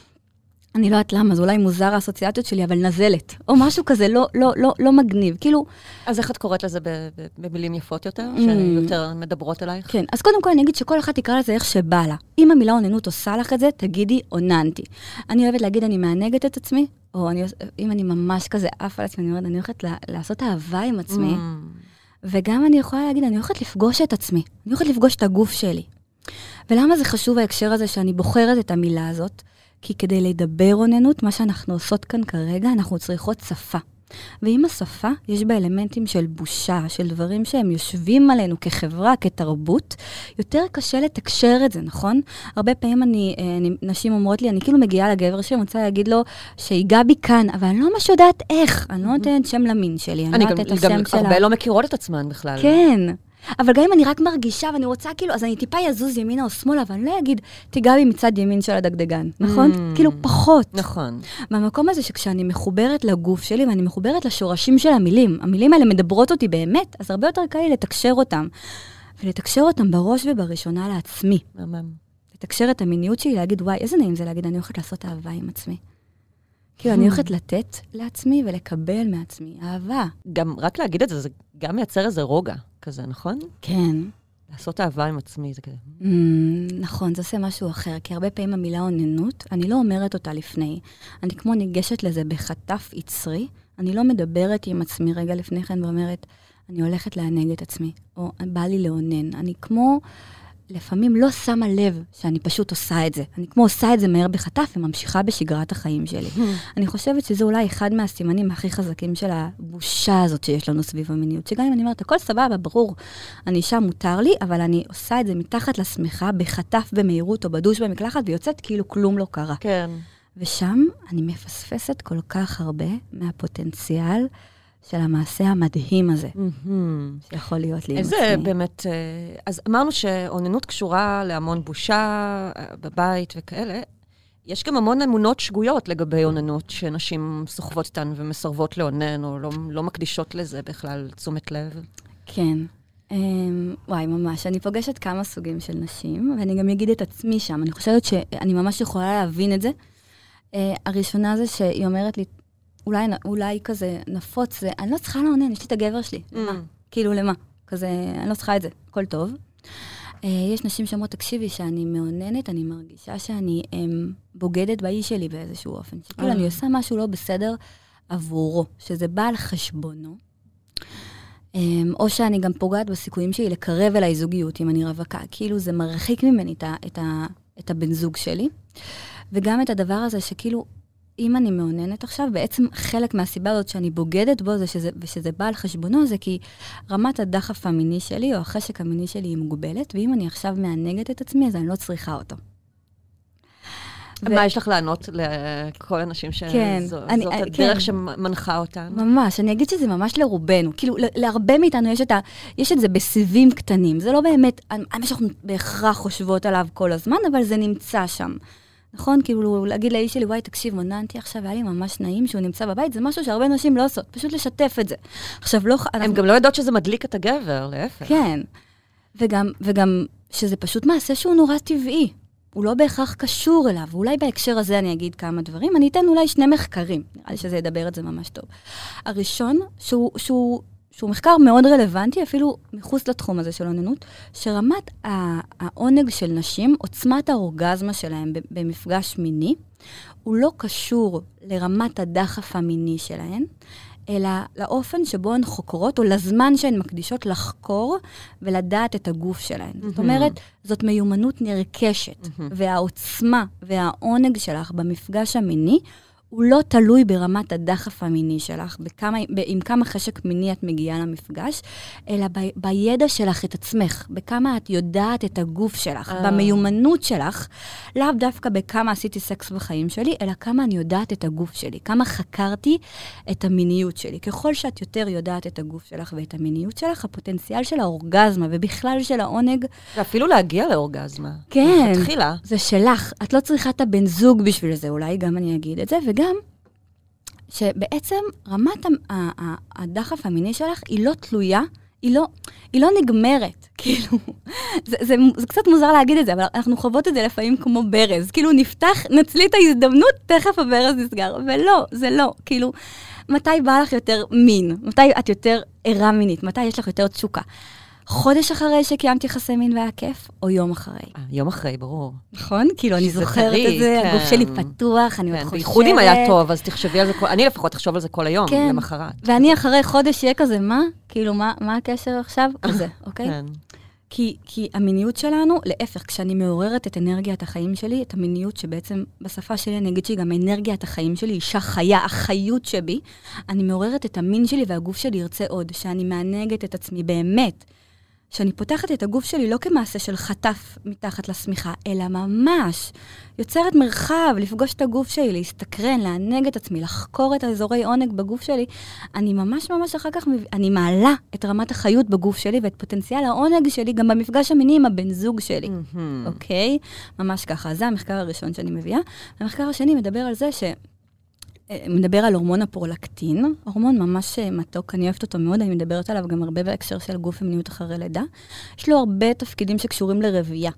אני לא יודעת למה, זה אולי מוזר האסוציאציות שלי, אבל נזלת. או משהו כזה לא, לא, לא, לא מגניב. כאילו... אז איך את קוראת לזה במילים יפות יותר? שיותר מדברות אלייך? כן, אז קודם כל אני אגיד שכל אחת תקרא לזה איך שבא לה. אם המילה אוננות עושה לך את זה, תגידי אוננתי. אני אוהבת להגיד אני מענגת את עצמי, או אני, אם אני ממש כזה אף על עצמי, אני אומרת, אני הולכת לעשות אהבה עם עצמי, וגם אני יכולה להגיד, אני הולכת לפגוש את עצמי. אני הולכת לפגוש את הגוף שלי. ולמה זה חשוב ההקשר הזה שאני בוחרת את המילה הזאת? כי כדי לדבר אוננות, מה שאנחנו עושות כאן כרגע, אנחנו צריכות שפה. ועם השפה, יש בה אלמנטים של בושה, של דברים שהם יושבים עלינו כחברה, כתרבות, יותר קשה לתקשר את זה, נכון? הרבה פעמים אני, אני, נשים אומרות לי, אני כאילו מגיעה לגבר שלי, אני רוצה להגיד לו שיגע בי כאן, אבל אני לא ממש יודעת איך, אני לא נותנת שם למין שלי, אני לא נותנת את השם שלה. גם הרבה לא מכירות את עצמן בכלל. כן. אבל גם אם אני רק מרגישה ואני רוצה כאילו, אז אני טיפה יזוז ימינה או שמאלה, אבל אני לא אגיד, תיגע בי מצד ימין של הדגדגן, נכון? Mm, כאילו פחות. נכון. מהמקום הזה שכשאני מחוברת לגוף שלי, ואני מחוברת לשורשים של המילים, המילים האלה מדברות אותי באמת, אז הרבה יותר קל לי לתקשר אותם. ולתקשר אותם בראש ובראשונה לעצמי. ממש. לתקשר את המיניות שלי, להגיד, וואי, איזה נעים זה להגיד, אני הולכת לעשות אהבה עם עצמי. כאילו, אני הולכת לתת לעצמי ולקבל מעצמי אהבה. גם רק להגיד את זה, זה גם מייצר איזה רוגע כזה, נכון? כן. לעשות אהבה עם עצמי, זה כזה. Mm, נכון, זה עושה משהו אחר, כי הרבה פעמים המילה אוננות, אני לא אומרת אותה לפני. אני כמו ניגשת לזה בחטף יצרי, אני לא מדברת עם עצמי רגע לפני כן ואומרת, אני הולכת לענג את עצמי, או בא לי לאונן. אני כמו... לפעמים לא שמה לב שאני פשוט עושה את זה. אני כמו עושה את זה מהר בחטף וממשיכה בשגרת החיים שלי. אני חושבת שזה אולי אחד מהסימנים הכי חזקים של הבושה הזאת שיש לנו סביב המיניות. שגם אם אני אומרת, הכל סבבה, ברור, אני אישה מותר לי, אבל אני עושה את זה מתחת לשמיכה, בחטף במהירות או בדוש במקלחת, ויוצאת כאילו כלום לא קרה. כן. ושם אני מפספסת כל כך הרבה מהפוטנציאל של המעשה המדהים הזה, שיכול להיות לי עם עצמי. איזה באמת, אז אמרנו שאוננות קשורה להמון בושה בבית וכאלה. יש גם המון אמונות שגויות לגבי אוננות, שנשים סוחבות איתן ומסרבות לאונן, או לא, לא מקדישות לזה בכלל תשומת לב. כן. וואי, ממש. אני פוגשת כמה סוגים של נשים, ואני גם אגיד את עצמי שם. אני חושבת שאני ממש יכולה להבין את זה. הראשונה זה שהיא אומרת לי, אולי, אולי כזה נפוץ, זה, אני לא צריכה לאונן, יש לי את הגבר שלי. Mm. למה? כאילו, למה? כזה, אני לא צריכה את זה. הכל טוב. Uh, יש נשים שאומרות, תקשיבי, שאני מאוננת, אני מרגישה שאני um, בוגדת באיש שלי באיזשהו אופן. שכאילו, אני עושה משהו לא בסדר עבורו, שזה בא על חשבונו. Um, או שאני גם פוגעת בסיכויים שלי לקרב אליי זוגיות, אם אני רווקה. כאילו, זה מרחיק ממני את, ה, את, ה, את הבן זוג שלי. וגם את הדבר הזה שכאילו, אם אני מאוננת עכשיו, בעצם חלק מהסיבה הזאת שאני בוגדת בו, זה שזה, ושזה בא על חשבונו, זה כי רמת הדחף המיני שלי, או החשק המיני שלי היא מוגבלת, ואם אני עכשיו מענגת את עצמי, אז אני לא צריכה אותו. מה יש לך לענות לכל אנשים שזאת הדרך שמנחה אותנו? ממש, אני אגיד שזה ממש לרובנו. כאילו, להרבה מאיתנו יש את ה... יש את זה בסיבים קטנים. זה לא באמת, מה שאנחנו בהכרח חושבות עליו כל הזמן, אבל זה נמצא שם. נכון? כאילו, להגיד לאיש שלי, וואי, תקשיב, מוננתי עכשיו, היה לי ממש נעים שהוא נמצא בבית, זה משהו שהרבה נשים לא עושות, פשוט לשתף את זה. עכשיו, לא... הם גם לא יודעות שזה מדליק את הגבר, להפך. כן. וגם, וגם שזה פשוט מעשה שהוא נורא טבעי. הוא לא בהכרח קשור אליו. ואולי בהקשר הזה אני אגיד כמה דברים. אני אתן אולי שני מחקרים. נראה לי שזה ידבר את זה ממש טוב. הראשון, שהוא, שהוא, שהוא מחקר מאוד רלוונטי, אפילו מחוץ לתחום הזה של אוננות, שרמת העונג של נשים, עוצמת האורגזמה שלהם במפגש מיני, הוא לא קשור לרמת הדחף המיני שלהן, אלא לאופן שבו הן חוקרות, או לזמן שהן מקדישות לחקור ולדעת את הגוף שלהן. Mm-hmm. זאת אומרת, זאת מיומנות נרכשת, mm-hmm. והעוצמה והעונג שלך במפגש המיני, הוא לא תלוי ברמת הדחף המיני שלך, בכמה, עם כמה חשק מיני את מגיעה למפגש, אלא ב, בידע שלך את עצמך, בכמה את יודעת את הגוף שלך, oh. במיומנות שלך, לאו דווקא בכמה עשיתי סקס בחיים שלי, אלא כמה אני יודעת את הגוף שלי, כמה חקרתי את המיניות שלי. ככל שאת יותר יודעת את הגוף שלך ואת המיניות שלך, הפוטנציאל של האורגזמה, ובכלל של העונג... ואפילו להגיע לאורגזמה. כן, התחילה. זה שלך. את לא צריכה את הבן זוג בשביל זה, אולי גם אני אגיד את זה, וגם שבעצם רמת הדחף המיני שלך היא לא תלויה, היא לא, היא לא נגמרת. כאילו, זה, זה, זה קצת מוזר להגיד את זה, אבל אנחנו חוות את זה לפעמים כמו ברז. כאילו, נפתח, נצלי את ההזדמנות, תכף הברז נסגר. ולא, זה לא. כאילו, מתי בא לך יותר מין? מתי את יותר ערה מינית? מתי יש לך יותר תשוקה? חודש אחרי שקיימתי יחסי מין והיה כיף, או יום אחרי? יום אחרי, ברור. נכון? כאילו, אני זוכרת את זה, הגוף שלי פתוח, אני עוד חושבת. בייחוד אם היה טוב, אז תחשבי על זה, אני לפחות תחשוב על זה כל היום, למחרת. ואני אחרי חודש יהיה כזה, מה? כאילו, מה הקשר עכשיו? כזה, אוקיי? כן. כי, כי המיניות שלנו, להפך, כשאני מעוררת את אנרגיית החיים שלי, את המיניות שבעצם בשפה שלי, אני אגיד שהיא גם אנרגיית החיים שלי, אישה חיה, החיות שבי, אני מעוררת את המין שלי והגוף שלי ירצה עוד, שאני מענגת את עצמי באמת, שאני פותחת את הגוף שלי לא כמעשה של חטף מתחת לשמיכה, אלא ממש יוצרת מרחב לפגוש את הגוף שלי, להסתקרן, לענג את עצמי, לחקור את האזורי עונג בגוף שלי. אני ממש ממש אחר כך, אני מעלה את רמת החיות בגוף שלי ואת פוטנציאל העונג שלי גם במפגש המיני עם הבן זוג שלי. אוקיי? ממש ככה. זה המחקר הראשון שאני מביאה. המחקר השני מדבר על זה ש... מדבר על הורמון הפרולקטין, הורמון ממש מתוק, אני אוהבת אותו מאוד, אני מדברת עליו גם הרבה בהקשר של גוף ומיניות אחרי לידה. יש לו הרבה תפקידים שקשורים לרבייה.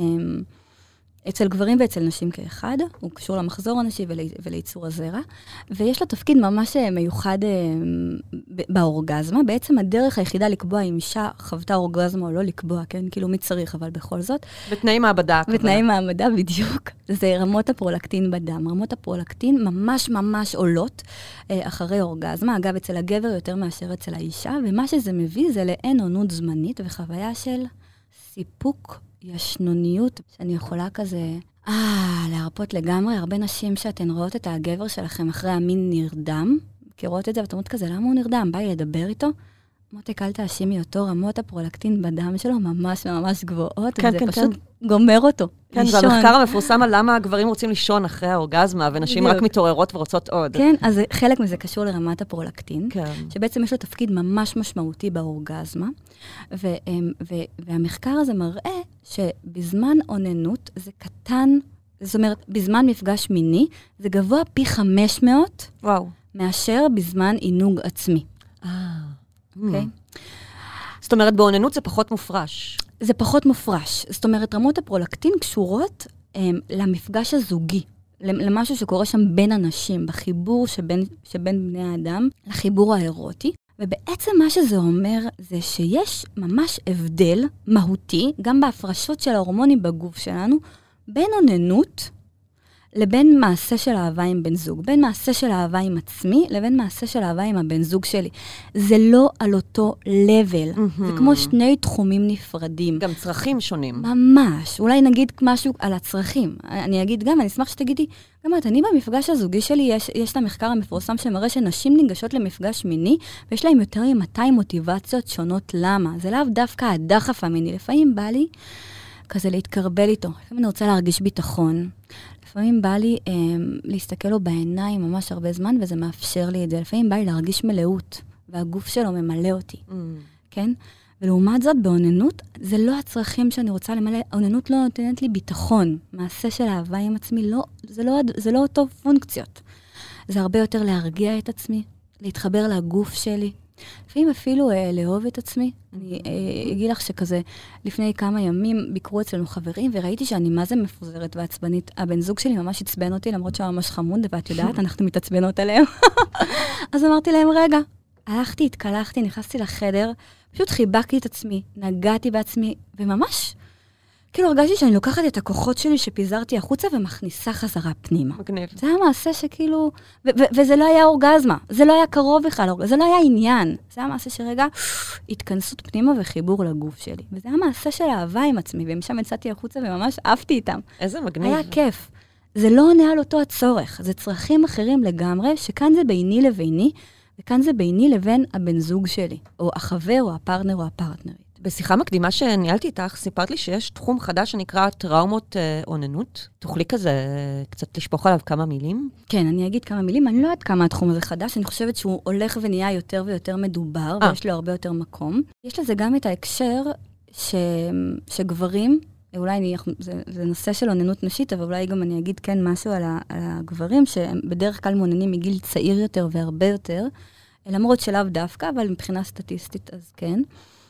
אצל גברים ואצל נשים כאחד, הוא קשור למחזור הנשי ולייצור הזרע, ויש לו תפקיד ממש מיוחד באורגזמה. בעצם הדרך היחידה לקבוע אם אישה חוותה אורגזמה או לא לקבוע, כן? כאילו מי צריך, אבל בכל זאת. בתנאי מעבדה. בתנאי מעבדה, בדיוק. זה רמות הפרולקטין בדם. רמות הפרולקטין ממש ממש עולות אחרי אורגזמה. אגב, אצל הגבר יותר מאשר אצל האישה, ומה שזה מביא זה לאין עונות זמנית וחוויה של סיפוק ישנוניות, שאני יכולה כזה, אה, להרפות לגמרי. הרבה נשים שאתן רואות את הגבר שלכם אחרי המין נרדם, כי רואות את זה, ואתה אומרת כזה, למה הוא נרדם? בא לי לדבר איתו? מותק, אל תאשימי אותו, רמות הפרולקטין בדם שלו ממש ממש גבוהות, כן, וזה כן, פשוט כן. גומר אותו. כן, לישון. והמחקר המפורסם על למה הגברים רוצים לישון אחרי האורגזמה, ונשים בדיוק. רק מתעוררות ורוצות עוד. כן, אז חלק מזה קשור לרמת הפרולקטין, כן. שבעצם יש לו תפקיד ממש משמעותי באורגזמה, ו- ו- והמחקר הזה מראה שבזמן אוננות זה קטן, זאת אומרת, בזמן מפגש מיני, זה גבוה פי חמש מאות, וואו. מאשר בזמן עינוג עצמי. אה. אוקיי? זאת אומרת, באוננות זה פחות מופרש. זה פחות מופרש. זאת אומרת, רמות הפרולקטין קשורות הם, למפגש הזוגי, למשהו שקורה שם בין אנשים, בחיבור שבין, שבין בני האדם, לחיבור האירוטי. ובעצם מה שזה אומר, זה שיש ממש הבדל מהותי, גם בהפרשות של ההורמונים בגוף שלנו, בין אוננות לבין מעשה של אהבה עם בן זוג, בין מעשה של אהבה עם עצמי, לבין מעשה של אהבה עם הבן זוג שלי. זה לא על אותו לבל. Mm-hmm. זה כמו שני תחומים נפרדים. גם צרכים שונים. ממש. אולי נגיד משהו על הצרכים. אני אגיד גם, אני אשמח שתגידי, גם את, אני במפגש הזוגי שלי, יש, יש את המחקר המפורסם שמראה שנשים ניגשות למפגש מיני, ויש להם יותר מ-מאתיים מוטיבציות שונות. למה? זה לאו דווקא הדחף המיני. לפעמים בא לי, כזה להתקרבל איתו. לפעמים אני רוצה להרגיש ביטחון. לפעמים בא לי אה, להסתכל לו בעיניים ממש הרבה זמן, וזה מאפשר לי את זה. לפעמים בא לי להרגיש מלאות, והגוף שלו ממלא אותי. Mm. כן? ולעומת זאת, בעוננות, זה לא הצרכים שאני רוצה למלא. העוננות לא נותנת לי ביטחון. מעשה של אהבה עם עצמי, לא, זה, לא, זה לא אותו פונקציות. זה הרבה יותר להרגיע את עצמי, להתחבר לגוף שלי. לפעמים אפילו אה, לאהוב את עצמי. אני אה, אגיד לך שכזה, לפני כמה ימים ביקרו אצלנו חברים, וראיתי שאני מה זה מפוזרת ועצבנית. הבן זוג שלי ממש עצבן אותי, למרות שהוא ממש חמוד, ואת יודעת, אנחנו מתעצבנות עליהם. אז אמרתי להם, רגע, הלכתי, התקלחתי, נכנסתי לחדר, פשוט חיבקתי את עצמי, נגעתי בעצמי, וממש, כאילו הרגשתי שאני לוקחת את הכוחות שלי שפיזרתי החוצה ומכניסה חזרה פנימה. מגניב. זה היה מעשה שכאילו, ו- ו- וזה לא היה אורגזמה, זה לא היה קרוב בכלל, זה לא היה עניין. זה היה מעשה שרגע, התכנסות פנימה וחיבור לגוף שלי. וזה היה מעשה של אהבה עם עצמי, ומשם יצאתי החוצה וממש אהבתי איתם. איזה מגניב. היה כיף. זה לא עונה על אותו הצורך, זה צרכים אחרים לגמרי, שכאן זה ביני לביני, וכאן זה ביני לבין הבן זוג שלי, או החבר, או הפרטנר, או הפרטנרית. בשיחה מקדימה שניהלתי איתך, סיפרת לי שיש תחום חדש שנקרא טראומות אה, אוננות. תוכלי כזה קצת לשפוך עליו כמה מילים? כן, אני אגיד כמה מילים. אני לא יודעת כמה התחום הזה חדש, אני חושבת שהוא הולך ונהיה יותר ויותר מדובר, 아. ויש לו הרבה יותר מקום. יש לזה גם את ההקשר ש... שגברים, אולי אני, זה, זה נושא של אוננות נשית, אבל אולי גם אני אגיד כן משהו על, ה, על הגברים, שהם בדרך כלל מעוננים מגיל צעיר יותר והרבה יותר, למרות שלאו דווקא, אבל מבחינה סטטיסטית אז כן.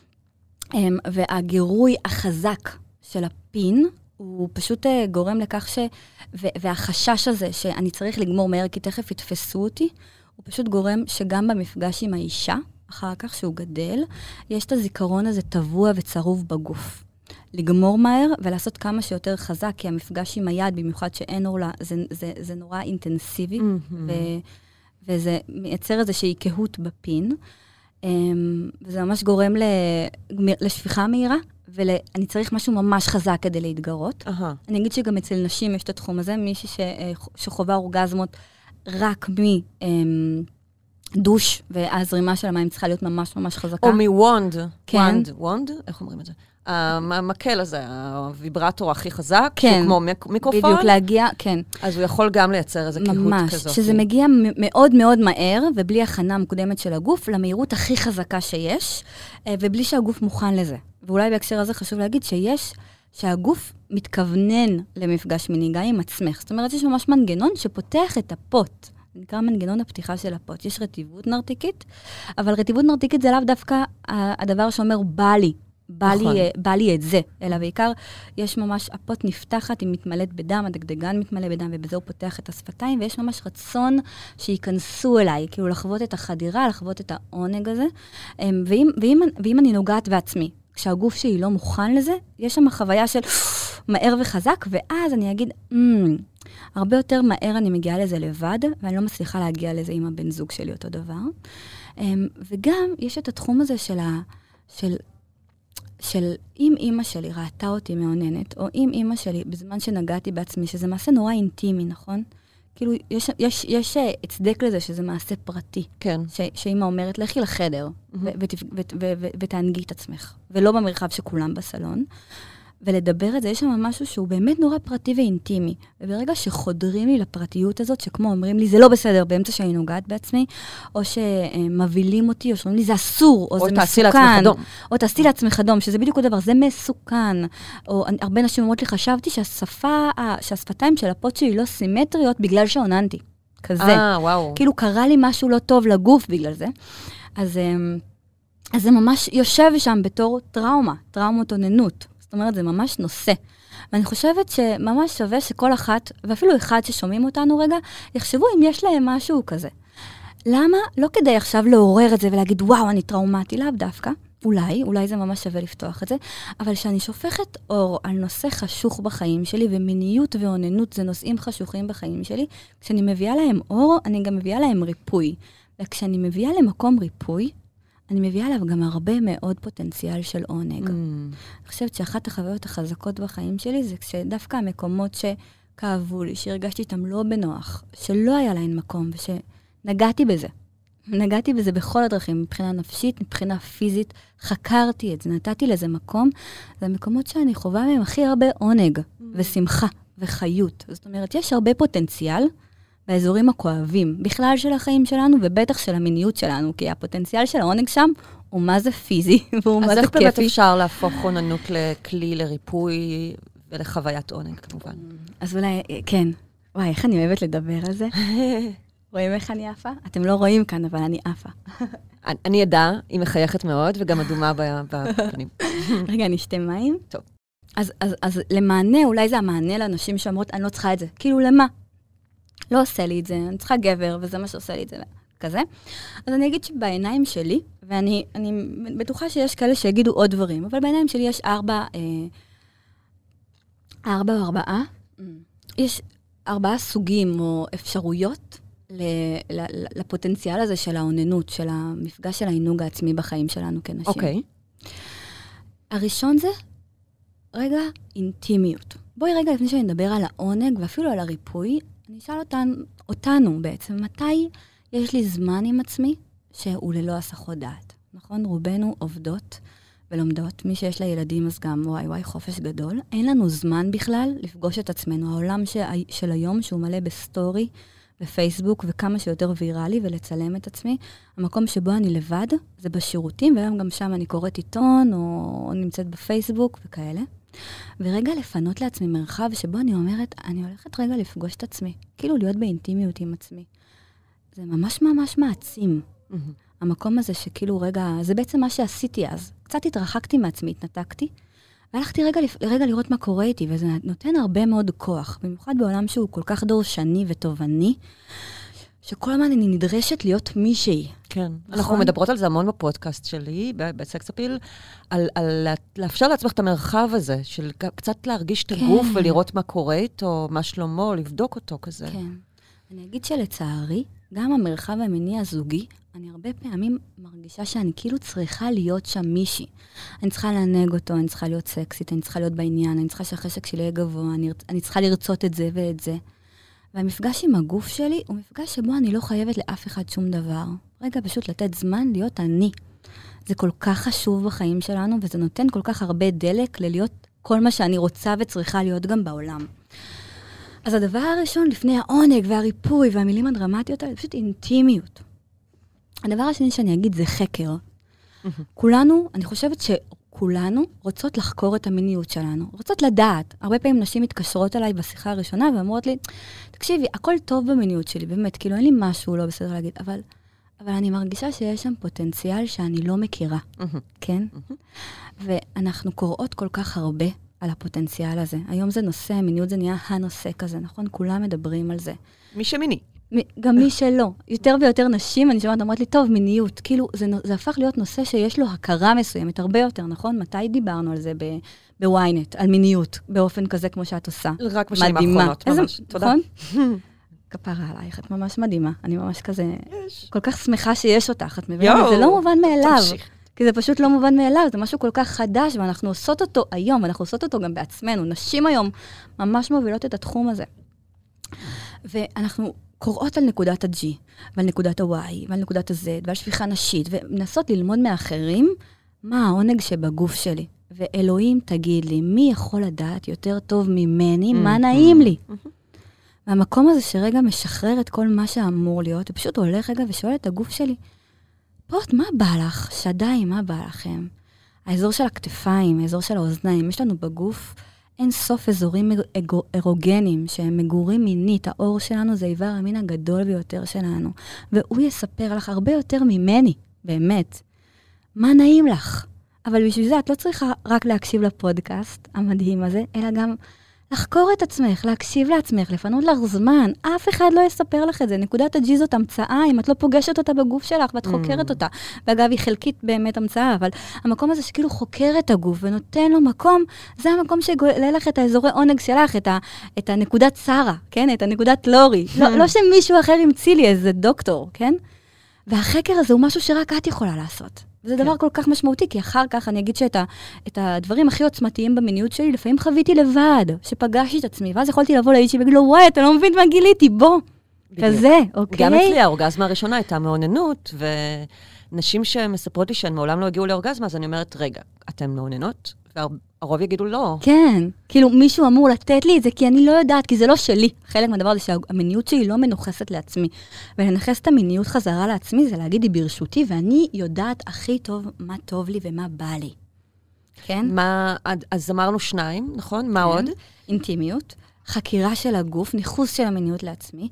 והגירוי החזק של הפין, הוא פשוט גורם לכך ש... והחשש הזה שאני צריך לגמור מהר, כי תכף יתפסו אותי, הוא פשוט גורם שגם במפגש עם האישה, אחר כך שהוא גדל, יש את הזיכרון הזה טבוע וצרוב בגוף. לגמור מהר ולעשות כמה שיותר חזק, כי המפגש עם היד, במיוחד שאין עורלה, זה, זה, זה נורא אינטנסיבי, mm-hmm. ו, וזה מייצר איזושהי קהות בפין, um, וזה ממש גורם ל, לשפיכה מהירה, ואני צריך משהו ממש חזק כדי להתגרות. Uh-huh. אני אגיד שגם אצל נשים יש את התחום הזה, מישהי ש, שחובה אורגזמות רק מ... Um, דוש, והזרימה של המים צריכה להיות ממש ממש חזקה. או מוונד. כן. וונד, וונד? איך אומרים את זה? המקל הזה, הוויברטור הכי חזק, כן. כמו מיקרופון. בדיוק, להגיע, כן. אז הוא יכול גם לייצר איזה קהות כזאת. ממש, שזה מגיע מאוד מאוד מהר, ובלי הכנה מוקדמת של הגוף, למהירות הכי חזקה שיש, ובלי שהגוף מוכן לזה. ואולי בהקשר הזה חשוב להגיד שיש, שהגוף מתכוונן למפגש מיני, גם עם עצמך. זאת אומרת, יש ממש מנגנון שפותח את הפוט. זה נקרא מנגנון הפתיחה של הפוט. יש רטיבות נרתיקית, אבל רטיבות נרתיקית זה לאו דווקא הדבר שאומר, בא לי, בא, נכון. לי, בא לי את זה. אלא בעיקר, יש ממש, הפוט נפתחת, היא מתמלאת בדם, הדגדגן מתמלא בדם, ובזה הוא פותח את השפתיים, ויש ממש רצון שייכנסו אליי, כאילו לחוות את החדירה, לחוות את העונג הזה. ואם, ואם, ואם אני נוגעת בעצמי, כשהגוף שלי לא מוכן לזה, יש שם חוויה של מהר וחזק, ואז אני אגיד, mm, הרבה יותר מהר אני מגיעה לזה לבד, ואני לא מצליחה להגיע לזה עם הבן זוג שלי אותו דבר. וגם יש את התחום הזה של, ה, של, של אם אימא שלי ראתה אותי מעוננת, או אם אימא שלי בזמן שנגעתי בעצמי, שזה מעשה נורא אינטימי, נכון? כאילו, יש, יש, יש הצדק לזה שזה מעשה פרטי. כן. ש, שאמא אומרת, לכי לחדר, mm-hmm. ו- ו- ו- ו- ו- ותענגי את עצמך. ולא במרחב שכולם בסלון. ולדבר את זה, יש שם משהו שהוא באמת נורא פרטי ואינטימי. וברגע שחודרים לי לפרטיות הזאת, שכמו אומרים לי, זה לא בסדר באמצע שאני נוגעת בעצמי, או שמבילים אותי, או שאומרים לי, זה אסור, או, או זה מסוכן. או תעשי לעצמך אדום. או תעשי לעצמך אדום, שזה בדיוק הדבר, זה מסוכן. או הרבה נשים אומרות לי, חשבתי שהשפה, שהשפתיים של הפוט שלי לא סימטריות, בגלל שעוננתי. כזה. אה, וואו. כאילו קרה לי משהו לא טוב לגוף בגלל זה. אז, אז זה ממש יושב שם בתור טראומה, טראומות אוננות. זאת אומרת, זה ממש נושא. ואני חושבת שממש שווה שכל אחת, ואפילו אחד ששומעים אותנו רגע, יחשבו אם יש להם משהו כזה. למה? לא כדי עכשיו לעורר את זה ולהגיד, וואו, אני טראומטי, לאו דווקא. אולי, אולי זה ממש שווה לפתוח את זה, אבל שאני שופכת אור על נושא חשוך בחיים שלי, ומיניות ואוננות זה נושאים חשוכים בחיים שלי, כשאני מביאה להם אור, אני גם מביאה להם ריפוי. וכשאני מביאה למקום ריפוי, אני מביאה עליו גם הרבה מאוד פוטנציאל של עונג. Mm. אני חושבת שאחת החוויות החזקות בחיים שלי, זה כשדווקא המקומות שכאבו לי, שהרגשתי איתם לא בנוח, שלא היה להן מקום, ושנגעתי בזה. נגעתי בזה בכל הדרכים, מבחינה נפשית, מבחינה פיזית, חקרתי את זה, נתתי לזה מקום. זה המקומות שאני חווה מהם הכי הרבה עונג ושמחה וחיות. זאת אומרת, יש הרבה פוטנציאל באזורים הכואבים, בכלל של החיים שלנו ובטח של המיניות שלנו, כי הפוטנציאל של העונג שם הוא מה זה פיזי והוא מה זה כיפי. אז איך באמת אפשר להפוך אוננות לכלי, לריפוי ולחוויית עונג, כמובן? אז אולי, כן. וואי, איך אני אוהבת לדבר על זה? רואים איך אני עפה? אתם לא רואים כאן, אבל אני עפה. אני ידע, היא מחייכת מאוד, וגם אדומה בפנים. רגע, אני אשתה מים. טוב. אז, אז, אז למענה, אולי זה המענה לאנשים שאומרות, אני לא צריכה את זה. כאילו, למה? לא עושה לי את זה, אני צריכה גבר, וזה מה שעושה לי את זה, כזה. אז אני אגיד שבעיניים שלי, ואני אני בטוחה שיש כאלה שיגידו עוד דברים, אבל בעיניים שלי יש ארבע, אה, ארבע או ארבעה, יש ארבעה סוגים או אפשרויות לפוטנציאל הזה של העוננות, של המפגש של העינוג העצמי בחיים שלנו כנשים. אוקיי. הראשון זה, רגע, אינטימיות. בואי רגע לפני שאני נדבר על העונג ואפילו על הריפוי, אני אשאל אותן, אותנו בעצם, מתי יש לי זמן עם עצמי שהוא ללא הסחות דעת? נכון? רובנו עובדות ולומדות. מי שיש לה ילדים אז גם וואי וואי חופש גדול. אין לנו זמן בכלל לפגוש את עצמנו. העולם ש... של היום שהוא מלא בסטורי, בפייסבוק וכמה שיותר ויראלי ולצלם את עצמי. המקום שבו אני לבד זה בשירותים, והיום גם שם אני קוראת עיתון או נמצאת בפייסבוק וכאלה. ורגע לפנות לעצמי מרחב שבו אני אומרת, אני הולכת רגע לפגוש את עצמי. כאילו להיות באינטימיות עם עצמי. זה ממש ממש מעצים. Mm-hmm. המקום הזה שכאילו רגע, זה בעצם מה שעשיתי אז. קצת התרחקתי מעצמי, התנתקתי, והלכתי רגע, רגע לראות מה קורה איתי, וזה נותן הרבה מאוד כוח, במיוחד בעולם שהוא כל כך דורשני וטובעני, שכל הזמן אני נדרשת להיות מישהי. כן. נכון? אנחנו מדברות על זה המון בפודקאסט שלי, בסקס אפיל, על, על לאפשר לעצמך את המרחב הזה, של קצת להרגיש את הגוף כן. ולראות מה קורה איתו, מה שלמה, לבדוק אותו כזה. כן. אני אגיד שלצערי, גם המרחב המיני הזוגי, אני הרבה פעמים מרגישה שאני כאילו צריכה להיות שם מישהי. אני צריכה לענג אותו, אני צריכה להיות סקסית, אני צריכה להיות בעניין, אני צריכה שהחשק שלי יהיה גבוה, אני, אני צריכה לרצות את זה ואת זה. והמפגש עם הגוף שלי הוא מפגש שבו אני לא חייבת לאף אחד שום דבר. רגע, פשוט לתת זמן להיות אני. זה כל כך חשוב בחיים שלנו, וזה נותן כל כך הרבה דלק ללהיות כל מה שאני רוצה וצריכה להיות גם בעולם. אז הדבר הראשון, לפני העונג והריפוי והמילים הדרמטיות האלה, פשוט אינטימיות. הדבר השני שאני אגיד זה חקר. כולנו, אני חושבת שכולנו רוצות לחקור את המיניות שלנו, רוצות לדעת. הרבה פעמים נשים מתקשרות אליי בשיחה הראשונה ואומרות לי, תקשיבי, הכל טוב במיניות שלי, באמת, כאילו אין לי משהו לא בסדר להגיד, אבל, אבל אני מרגישה שיש שם פוטנציאל שאני לא מכירה, כן? ואנחנו קוראות כל כך הרבה על הפוטנציאל הזה. היום זה נושא, מיניות זה נהיה הנושא כזה, נכון? כולם מדברים על זה. מי שמיני. גם מי שלא. יותר ויותר נשים, אני שומעת, אמרת לי, טוב, מיניות. כאילו, זה, זה הפך להיות נושא שיש לו הכרה מסוימת, הרבה יותר, נכון? מתי דיברנו על זה בוויינט, על מיניות, באופן כזה כמו שאת עושה? רק בשנים האחרונות, ממש. תודה. נכון? כפרה עלייך, את ממש מדהימה. אני ממש כזה, כל כך שמחה שיש אותך, את מבינה? זה לא מובן מאליו. כי זה פשוט לא מובן מאליו, זה משהו כל כך חדש, ואנחנו עושות אותו היום, ואנחנו עושות אותו גם בעצמנו. נשים היום ממש מובילות את התחום הזה. ואנחנו קוראות על נקודת ה-G, ועל נקודת ה-Y, ועל נקודת ה-Z, ועל שפיכה נשית, ומנסות ללמוד מאחרים מה העונג שבגוף שלי. ואלוהים תגיד לי, מי יכול לדעת יותר טוב ממני, מה נעים לי? והמקום הזה שרגע משחרר את כל מה שאמור להיות, ופשוט הולך רגע ושואל את הגוף שלי, פות, מה בא לך? שדיים, מה בא לכם? האזור של הכתפיים, האזור של האוזניים, יש לנו בגוף אין סוף אזורים אירוגנים שהם מגורים מינית. האור שלנו זה איבר המין הגדול ביותר שלנו. והוא יספר לך הרבה יותר ממני, באמת. מה נעים לך? אבל בשביל זה את לא צריכה רק להקשיב לפודקאסט המדהים הזה, אלא גם לחקור את עצמך, להקשיב לעצמך, לפנות לך זמן. אף אחד לא יספר לך את זה. נקודת הג'י זאת המצאה, אם את לא פוגשת אותה בגוף שלך ואת חוקרת אותה. ואגב, היא חלקית באמת המצאה, אבל המקום הזה שכאילו חוקר את הגוף ונותן לו מקום, זה המקום שגולה לך את האזורי עונג שלך, את, ה, את הנקודת שרה, כן? את הנקודת לורי. לא, לא שמישהו אחר ימציא לי איזה דוקטור, כן? והחקר הזה הוא משהו שרק את יכולה לעשות. וזה דבר כל כך משמעותי, כי אחר כך אני אגיד שאת ה, את הדברים הכי עוצמתיים במיניות שלי, לפעמים חוויתי לבד, שפגשתי את עצמי, ואז יכולתי לבוא לאישי ולהגיד לו, וואי, אתה לא מבין מה גיליתי, בוא. כזה, אוקיי? גם אצלי האורגזמה הראשונה הייתה מעוננות, ונשים שמספרות לי שהן מעולם לא הגיעו לאורגזמה, אז אני אומרת, רגע, אתן מעוננות? והרוב יגידו לא. כן, כאילו מישהו אמור לתת לי את זה, כי אני לא יודעת, כי זה לא שלי. חלק מהדבר הזה שהמיניות שלי לא מנוחסת לעצמי. ולנכס את המיניות חזרה לעצמי, זה להגיד, היא ברשותי, ואני יודעת הכי טוב מה טוב לי ומה בא לי. כן? מה, אז אמרנו שניים, נכון? מה עוד? אינטימיות, חקירה של הגוף, ניחוס של המיניות לעצמי,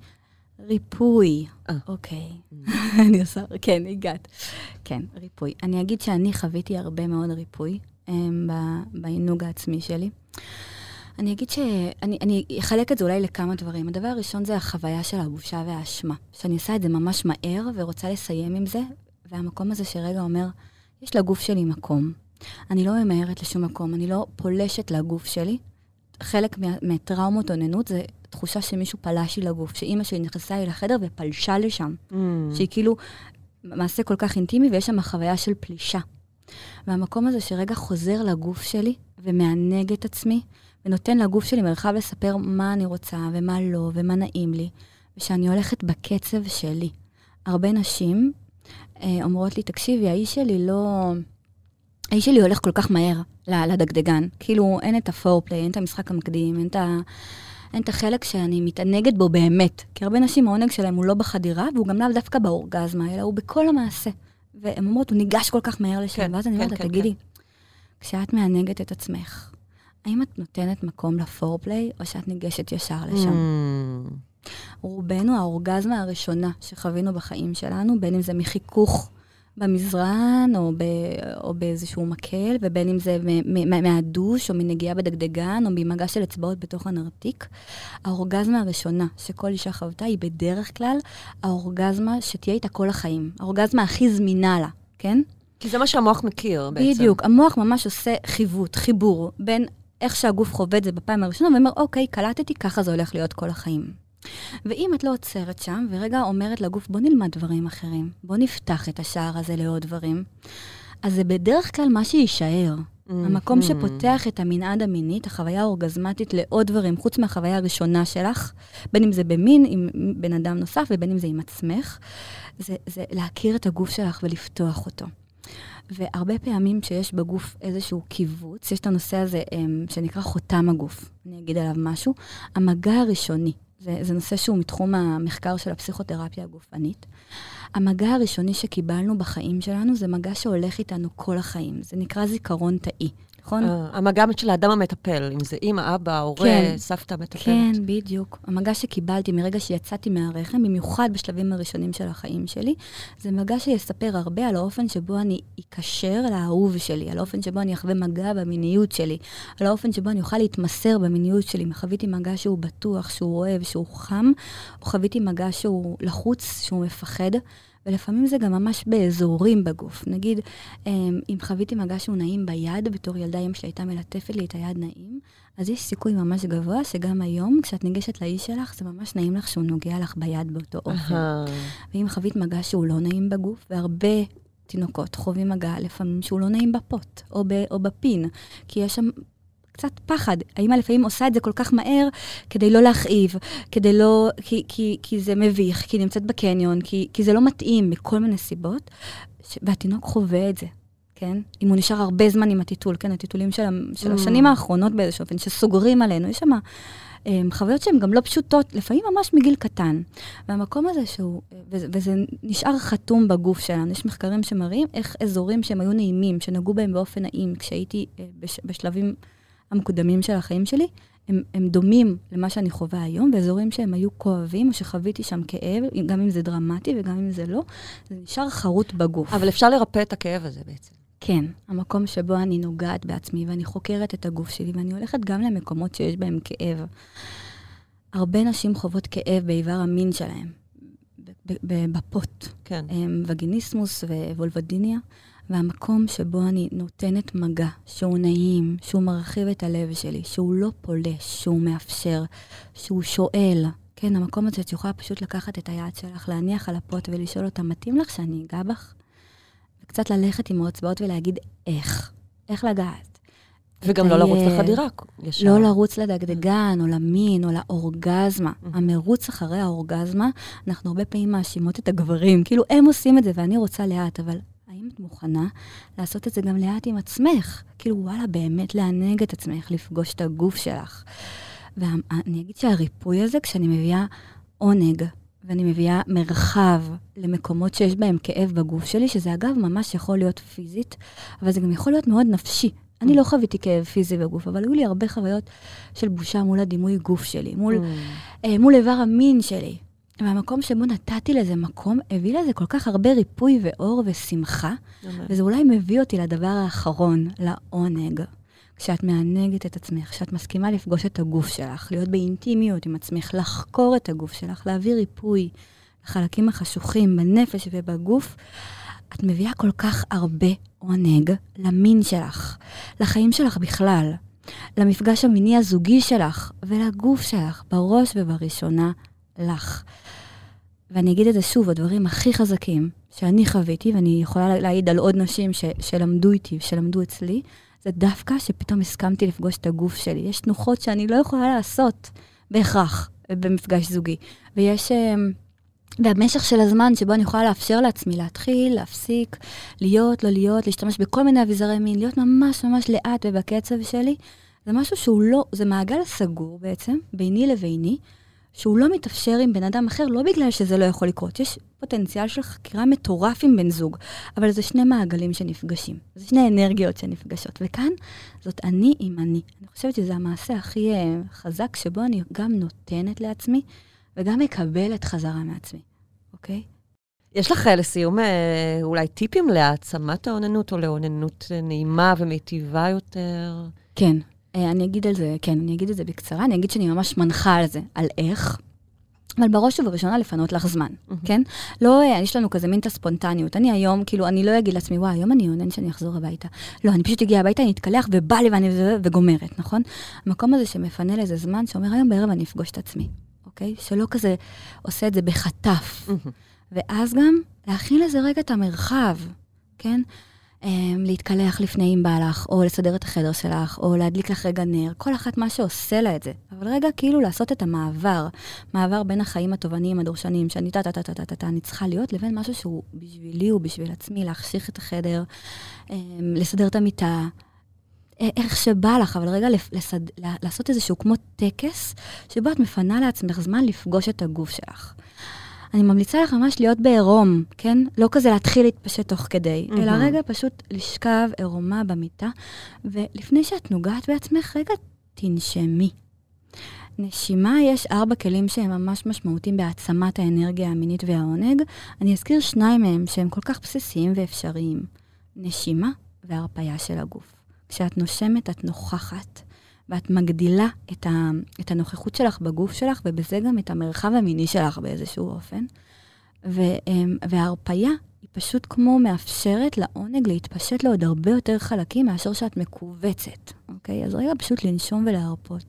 ריפוי. אוקיי. אני עושה, כן, הגעת. כן, ריפוי. אני אגיד שאני חוויתי הרבה מאוד ריפוי בעינוג העצמי שלי. אני אגיד שאני אני אחלק את זה אולי לכמה דברים. הדבר הראשון זה החוויה של הבושה והאשמה. שאני עושה את זה ממש מהר ורוצה לסיים עם זה, והמקום הזה שרגע אומר, יש לגוף שלי מקום. אני לא ממהרת לשום מקום, אני לא פולשת לגוף שלי. חלק מטראומות אוננות זה תחושה שמישהו פלש לי לגוף, שאימא שלי נכנסה לי לחדר ופלשה לשם. Mm. שהיא כאילו מעשה כל כך אינטימי, ויש שם חוויה של פלישה. והמקום הזה שרגע חוזר לגוף שלי, ומענג את עצמי, ונותן לגוף שלי מרחב לספר מה אני רוצה, ומה לא, ומה נעים לי, ושאני הולכת בקצב שלי. הרבה נשים אה, אומרות לי, תקשיבי, האיש שלי לא... האיש שלי הולך כל כך מהר לדגדגן. כאילו, אין את הפורפליי, אין את המשחק המקדים, אין את, ה... אין את החלק שאני מתענגת בו באמת. כי הרבה נשים, העונג שלהם הוא לא בחדירה, והוא גם לאו דווקא באורגזמה, אלא הוא בכל המעשה. והן אומרות, הוא ניגש כל כך מהר לשם. כן, ואז אני אומרת, כן, תגידי, כן. כשאת מענגת את עצמך, האם את נותנת מקום לפורפליי, או שאת ניגשת ישר לשם? Mm. רובנו, האורגזמה הראשונה שחווינו בחיים שלנו, בין אם זה מחיכוך, במזרן, או, ב, או באיזשהו מקל, ובין אם זה מהדוש, או מנגיעה בדגדגן, או ממגע של אצבעות בתוך הנרתיק. האורגזמה הראשונה שכל אישה חוותה, היא בדרך כלל האורגזמה שתהיה איתה כל החיים. האורגזמה הכי זמינה לה, כן? כי זה מה שהמוח מכיר בעצם. בדיוק, המוח ממש עושה חיווט, חיבור, בין איך שהגוף חווה את זה בפעם הראשונה, ואומר, אוקיי, קלטתי, ככה זה הולך להיות כל החיים. ואם את לא עוצרת שם, ורגע אומרת לגוף, בוא נלמד דברים אחרים, בוא נפתח את השער הזה לעוד דברים, אז זה בדרך כלל מה שישאר. Mm-hmm. המקום שפותח את המנעד המינית, החוויה האורגזמטית לעוד דברים, חוץ מהחוויה הראשונה שלך, בין אם זה במין, עם בן אדם נוסף, ובין אם זה עם עצמך, זה, זה להכיר את הגוף שלך ולפתוח אותו. והרבה פעמים שיש בגוף איזשהו קיבוץ, יש את הנושא הזה שנקרא חותם הגוף, אני אגיד עליו משהו, המגע הראשוני, זה, זה נושא שהוא מתחום המחקר של הפסיכותרפיה הגופנית. המגע הראשוני שקיבלנו בחיים שלנו, זה מגע שהולך איתנו כל החיים. זה נקרא זיכרון תאי, נכון? המגע של האדם המטפל, אם זה אמא, אבא, הורה, סבתא מטפלת. כן, בדיוק. המגע שקיבלתי מרגע שיצאתי מהרחם, במיוחד בשלבים הראשונים של החיים שלי, זה מגע שיספר הרבה על האופן שבו אני אקשר לאהוב שלי, על האופן שבו אני אחווה מגע במיניות שלי, על האופן שבו אני אוכל להתמסר במיניות שלי. אם חוויתי מגע שהוא בטוח, שהוא אוהב, שהוא חם, או חוויתי מגע שהוא לחוץ, שהוא מפחד, ולפעמים זה גם ממש באזורים בגוף. נגיד, אם חוויתי מגע שהוא נעים ביד, בתור ילדה אמא שלי הייתה מלטפת לי את היד נעים, אז יש סיכוי ממש גבוה שגם היום, כשאת ניגשת לאיש שלך, זה ממש נעים לך שהוא נוגע לך ביד באותו אופן. ואם חווית מגע שהוא לא נעים בגוף, והרבה תינוקות חווים מגע לפעמים שהוא לא נעים בפוט, או, ב, או בפין, כי יש שם קצת פחד. האמא לפעמים עושה את זה כל כך מהר, כדי לא להכאיב, כדי לא, כי, כי, כי זה מביך, כי נמצאת בקניון, כי, כי זה לא מתאים מכל מיני סיבות, ש... והתינוק חווה את זה, כן? אם הוא נשאר הרבה זמן עם הטיטול, כן? הטיטולים של, של השנים האחרונות באיזשהו אופן, שסוגרים עלינו, יש שם um, חוויות שהן גם לא פשוטות, לפעמים ממש מגיל קטן. והמקום הזה שהוא, וזה, וזה נשאר חתום בגוף שלנו, יש מחקרים שמראים איך אזורים שהם היו נעימים, שנגעו בהם באופן נעים, כשהייתי uh, בש, בשלבים המקודמים של החיים שלי, הם, הם דומים למה שאני חווה היום, באזורים שהם היו כואבים, או שחוויתי שם כאב, גם אם זה דרמטי וגם אם זה לא, זה נשאר חרוט בגוף. אבל אפשר לרפא את הכאב הזה בעצם. כן, המקום שבו אני נוגעת בעצמי, ואני חוקרת את הגוף שלי, ואני הולכת גם למקומות שיש בהם כאב. הרבה נשים חוות כאב באיבר המין שלהם, בפוט. כן. וגיניסמוס ווולבדיניה, והמקום שבו אני נותנת מגע, שהוא נעים, שהוא מרחיב את הלב שלי, שהוא לא פולש, שהוא מאפשר, שהוא שואל. כן, המקום הזה שיכולה פשוט לקחת את היד שלך, להניח על הפוט ולשאול אותה, מתאים לך שאני אגע בך? וקצת ללכת עם האצבעות ולהגיד איך, איך לגעת, וגם לא לרוץ לחדירה. לא לרוץ לדגדגן, או למין, או לאורגזמה. המרוץ אחרי האורגזמה, אנחנו הרבה פעמים מאשימות את הגברים. כאילו, הם עושים את זה, ואני רוצה לאט, אבל האם את מוכנה לעשות את זה גם לאט עם עצמך? כאילו, וואלה, באמת לענג את עצמך, לפגוש את הגוף שלך. ואני אגיד שהריפוי הזה, כשאני מביאה עונג, ואני מביאה מרחב למקומות שיש בהם כאב בגוף שלי, שזה אגב ממש יכול להיות פיזית, אבל זה גם יכול להיות מאוד נפשי. אני לא חוויתי כאב פיזי בגוף, אבל היו לי הרבה חוויות של בושה מול הדימוי גוף שלי, מול, אה, מול איבר המין שלי. והמקום שבו נתתי לזה מקום, הביא לזה כל כך הרבה ריפוי ואור ושמחה, וזה אולי מביא אותי לדבר האחרון, לעונג. כשאת מענגת את עצמך, כשאת מסכימה לפגוש את הגוף שלך, להיות באינטימיות עם עצמך, לחקור את הגוף שלך, להביא ריפוי לחלקים החשוכים בנפש ובגוף, את מביאה כל כך הרבה עונג למין שלך, לחיים שלך בכלל, למפגש המיני הזוגי שלך ולגוף שלך, בראש ובראשונה לך. ואני אגיד את זה שוב, הדברים הכי חזקים שאני חוויתי, ואני יכולה להעיד על עוד נשים ש- שלמדו איתי, שלמדו אצלי, זה דווקא שפתאום הסכמתי לפגוש את הגוף שלי. יש תנוחות שאני לא יכולה לעשות בהכרח במפגש זוגי. ויש, במשך של הזמן שבו אני יכולה לאפשר לעצמי להתחיל, להפסיק, להיות, לא להיות, להשתמש בכל מיני אביזרי מין, להיות ממש ממש לאט ובקצב שלי, זה משהו שהוא לא, זה מעגל סגור בעצם, ביני לביני, שהוא לא מתאפשר עם בן אדם אחר, לא בגלל שזה לא יכול לקרות. יש פוטנציאל של חקירה מטורף עם בן זוג, אבל זה שני מעגלים שנפגשים. זה שני אנרגיות שנפגשות. וכאן זאת אני עם אני. אני חושבת שזה המעשה הכי uh, חזק, שבו אני גם נותנת לעצמי, וגם מקבלת חזרה מעצמי. אוקיי? יש לך לסיום אולי טיפים להעצמת העוננות, או לעוננות נעימה ומיטיבה יותר? כן. אני אגיד על זה, כן, אני אגיד את זה בקצרה, אני אגיד שאני ממש מנחה על זה, על איך, אבל בראש ובראשונה לפנות לך זמן, כן? לא, יש לנו כזה מין את הספונטניות. אני היום, כאילו, אני לא אגיד לעצמי, וואי, היום אני עונן שאני אחזור הביתה. לא, אני פשוט אגיע הביתה, אני אתקלח ובא לי ואני וגומרת, נכון? המקום הזה שמפנה לזה זמן, שאומר, היום בערב אני אפגוש את עצמי, אוקיי? שלא כזה עושה את זה בחטף. ואז גם להכין לזה רגע את המרחב, כן? להתקלח לפני אם בא לך, או לסדר את החדר שלך, או להדליק לך רגע נר, כל אחת מה שעושה לה את זה. אבל רגע כאילו לעשות את המעבר, מעבר בין החיים התובעניים, הדורשניים, שאני טה-טה-טה-טה-טה, אני צריכה להיות, לבין משהו שהוא בשבילי ובשביל עצמי, להחשיך את החדר, לסדר את המיטה, איך שבא לך, אבל רגע לסד... לעשות איזשהו כמו טקס, שבו את מפנה לעצמך זמן לפגוש את הגוף שלך. אני ממליצה לך ממש להיות בעירום, כן? לא כזה להתחיל להתפשט תוך כדי, אלא רגע פשוט לשכב עירומה במיטה, ולפני שאת נוגעת בעצמך, רגע תנשמי. נשימה, יש ארבע כלים שהם ממש משמעותיים בהעצמת האנרגיה המינית והעונג. אני אזכיר שניים מהם שהם כל כך בסיסיים ואפשריים. נשימה והרפיה של הגוף. כשאת נושמת, את נוכחת. ואת מגדילה את, ה, את הנוכחות שלך בגוף שלך, ובזה גם את המרחב המיני שלך באיזשהו אופן. ו, וההרפיה היא פשוט כמו מאפשרת לעונג להתפשט לעוד הרבה יותר חלקים מאשר שאת מקובצת. אוקיי? אז רגע פשוט לנשום ולהרפות.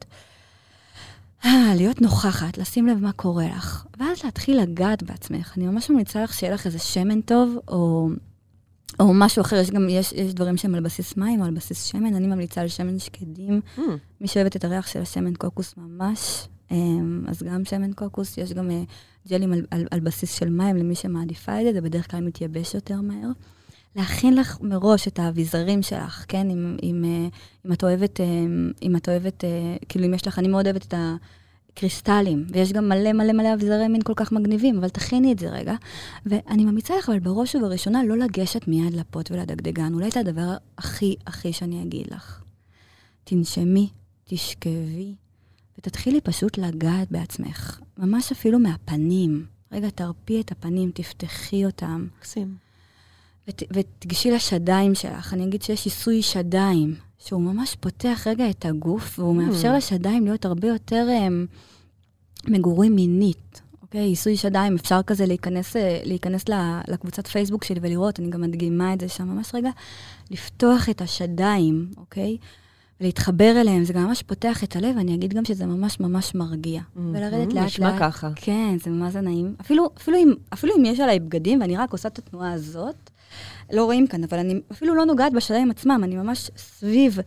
להיות נוכחת, לשים לב מה קורה לך. ואז להתחיל לגעת בעצמך. אני ממש ממליצה לך שיהיה לך איזה שמן טוב, או... או משהו אחר, יש גם, יש, יש דברים שהם על בסיס מים, או על בסיס שמן, אני ממליצה על שמן שקדים, mm. מי שאוהבת את הריח של השמן קוקוס ממש, אז גם שמן קוקוס, יש גם ג'לים על, על, על בסיס של מים, למי שמעדיפה את זה, זה בדרך כלל מתייבש יותר מהר. להכין לך מראש את האביזרים שלך, כן, אם, אם, אם את אוהבת, אם את אוהבת, כאילו אם יש לך, אני מאוד אוהבת את ה... קריסטלים, ויש גם מלא מלא מלא אביזרי מין כל כך מגניבים, אבל תכיני את זה רגע. ואני ממליצה לך, אבל בראש ובראשונה, לא לגשת מיד לפות ולדגדגן. אולי את הדבר הכי הכי שאני אגיד לך. תנשמי, תשכבי, ותתחילי פשוט לגעת בעצמך. ממש אפילו מהפנים. רגע, תרפי את הפנים, תפתחי אותם. מקסים. ות, ותגשי לשדיים שלך. אני אגיד שיש עיסוי שדיים. שהוא ממש פותח רגע את הגוף, והוא מאפשר לשדיים להיות הרבה יותר um, מגורים מינית. אוקיי? עיסוי שדיים, אפשר כזה להיכנס, להיכנס לקבוצת פייסבוק שלי ולראות, אני גם מדגימה את זה שם, ממש רגע לפתוח את השדיים, אוקיי? ולהתחבר אליהם, זה גם ממש פותח את הלב, אני אגיד גם שזה ממש ממש מרגיע. ולרדת לאט לאט. נשמע ככה. כן, זה ממש נעים. אפילו, אפילו אם, אפילו אם יש עליי בגדים, ואני רק עושה את התנועה הזאת, לא רואים כאן, אבל אני אפילו לא נוגעת בשדיים עצמם, אני ממש סביב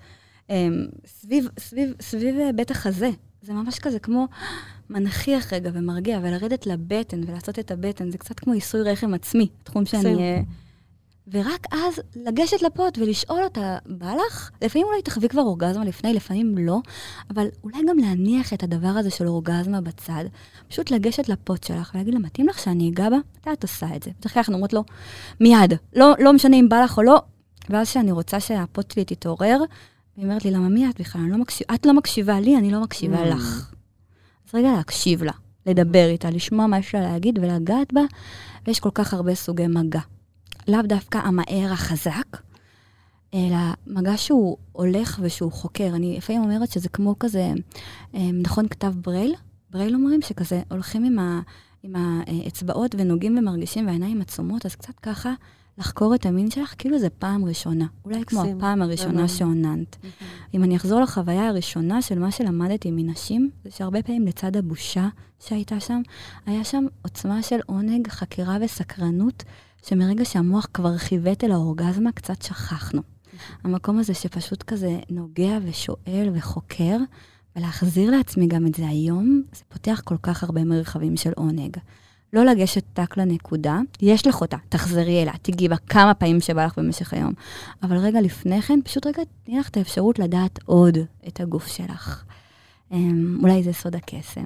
סביב, סביב, סביב בית החזה. זה ממש כזה כמו מנחיח רגע ומרגיע, ולרדת לבטן ולעשות את הבטן. זה קצת כמו עיסוי רחם עצמי, תחום שאני... ורק אז לגשת לפוט ולשאול אותה, בא לך? לפעמים אולי תחווי כבר אורגזמה לפני, לפעמים לא, אבל אולי גם להניח את הדבר הזה של אורגזמה בצד, פשוט לגשת לפוט שלך ולהגיד לה, מתאים לך שאני אגע בה? מתי את עושה את זה? בדרך כלל אנחנו אומרות לו, מיד, לא, לא משנה אם בא לך או לא, ואז שאני רוצה שהפוט שלי תתעורר, והיא אומרת לי, למה מי את בכלל? אני לא מקשיב, את לא מקשיבה לי, אני לא מקשיבה לך. אז רגע להקשיב לה, לדבר איתה, לשמוע מה יש לה להגיד ולגעת בה, ויש כל כך הרבה סוגי מגע. לאו דווקא המהר החזק, אלא מגע שהוא הולך ושהוא חוקר. אני לפעמים אומרת שזה כמו כזה, נכון כתב ברייל, ברייל אומרים שכזה הולכים עם, ה, עם האצבעות ונוגעים ומרגישים והעיניים עצומות, אז קצת ככה לחקור את המין שלך, כאילו זה פעם ראשונה. אולי כמו הפעם הראשונה שעוננת. אם אני אחזור לחוויה הראשונה של מה שלמדתי מנשים, זה שהרבה פעמים לצד הבושה שהייתה שם, היה שם עוצמה של עונג, חקירה וסקרנות, שמרגע שהמוח כבר חיווט אל האורגזמה, קצת שכחנו. המקום הזה שפשוט כזה נוגע ושואל וחוקר, ולהחזיר לעצמי גם את זה היום, זה פותח כל כך הרבה מרחבים של עונג. לא לגשת טק לנקודה, יש לך אותה, תחזרי אליה, תגיעי בה כמה פעמים שבא לך במשך היום. אבל רגע לפני כן, פשוט רגע תני לך את האפשרות לדעת עוד את הגוף שלך. אולי זה סוד הקסם.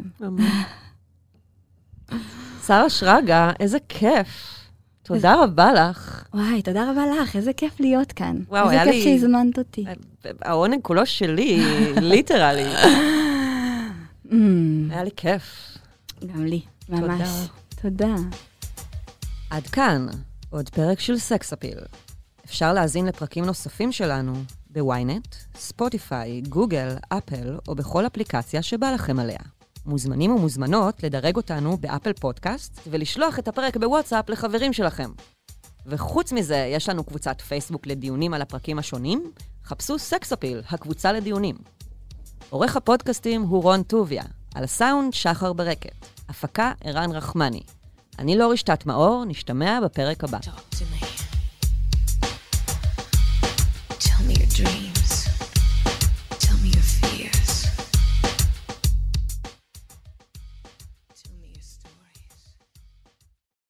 שרה שרגא, איזה כיף. תודה רבה לך. וואי, תודה רבה לך, איזה כיף להיות כאן. וואו, איזה כיף שהזמנת אותי. העונג כולו שלי, ליטרלי. היה לי כיף. גם לי, ממש. תודה. עד כאן, עוד פרק של סקס אפיל. אפשר להאזין לפרקים נוספים שלנו בוויינט, ספוטיפיי, גוגל, אפל, או בכל אפליקציה שבא לכם עליה. מוזמנים ומוזמנות לדרג אותנו באפל פודקאסט ולשלוח את הפרק בוואטסאפ לחברים שלכם. וחוץ מזה, יש לנו קבוצת פייסבוק לדיונים על הפרקים השונים. חפשו סקס אפיל, הקבוצה לדיונים. עורך הפודקאסטים הוא רון טוביה, על הסאונד שחר ברקת, הפקה ערן רחמני. אני לא רשתת מאור, נשתמע בפרק הבא.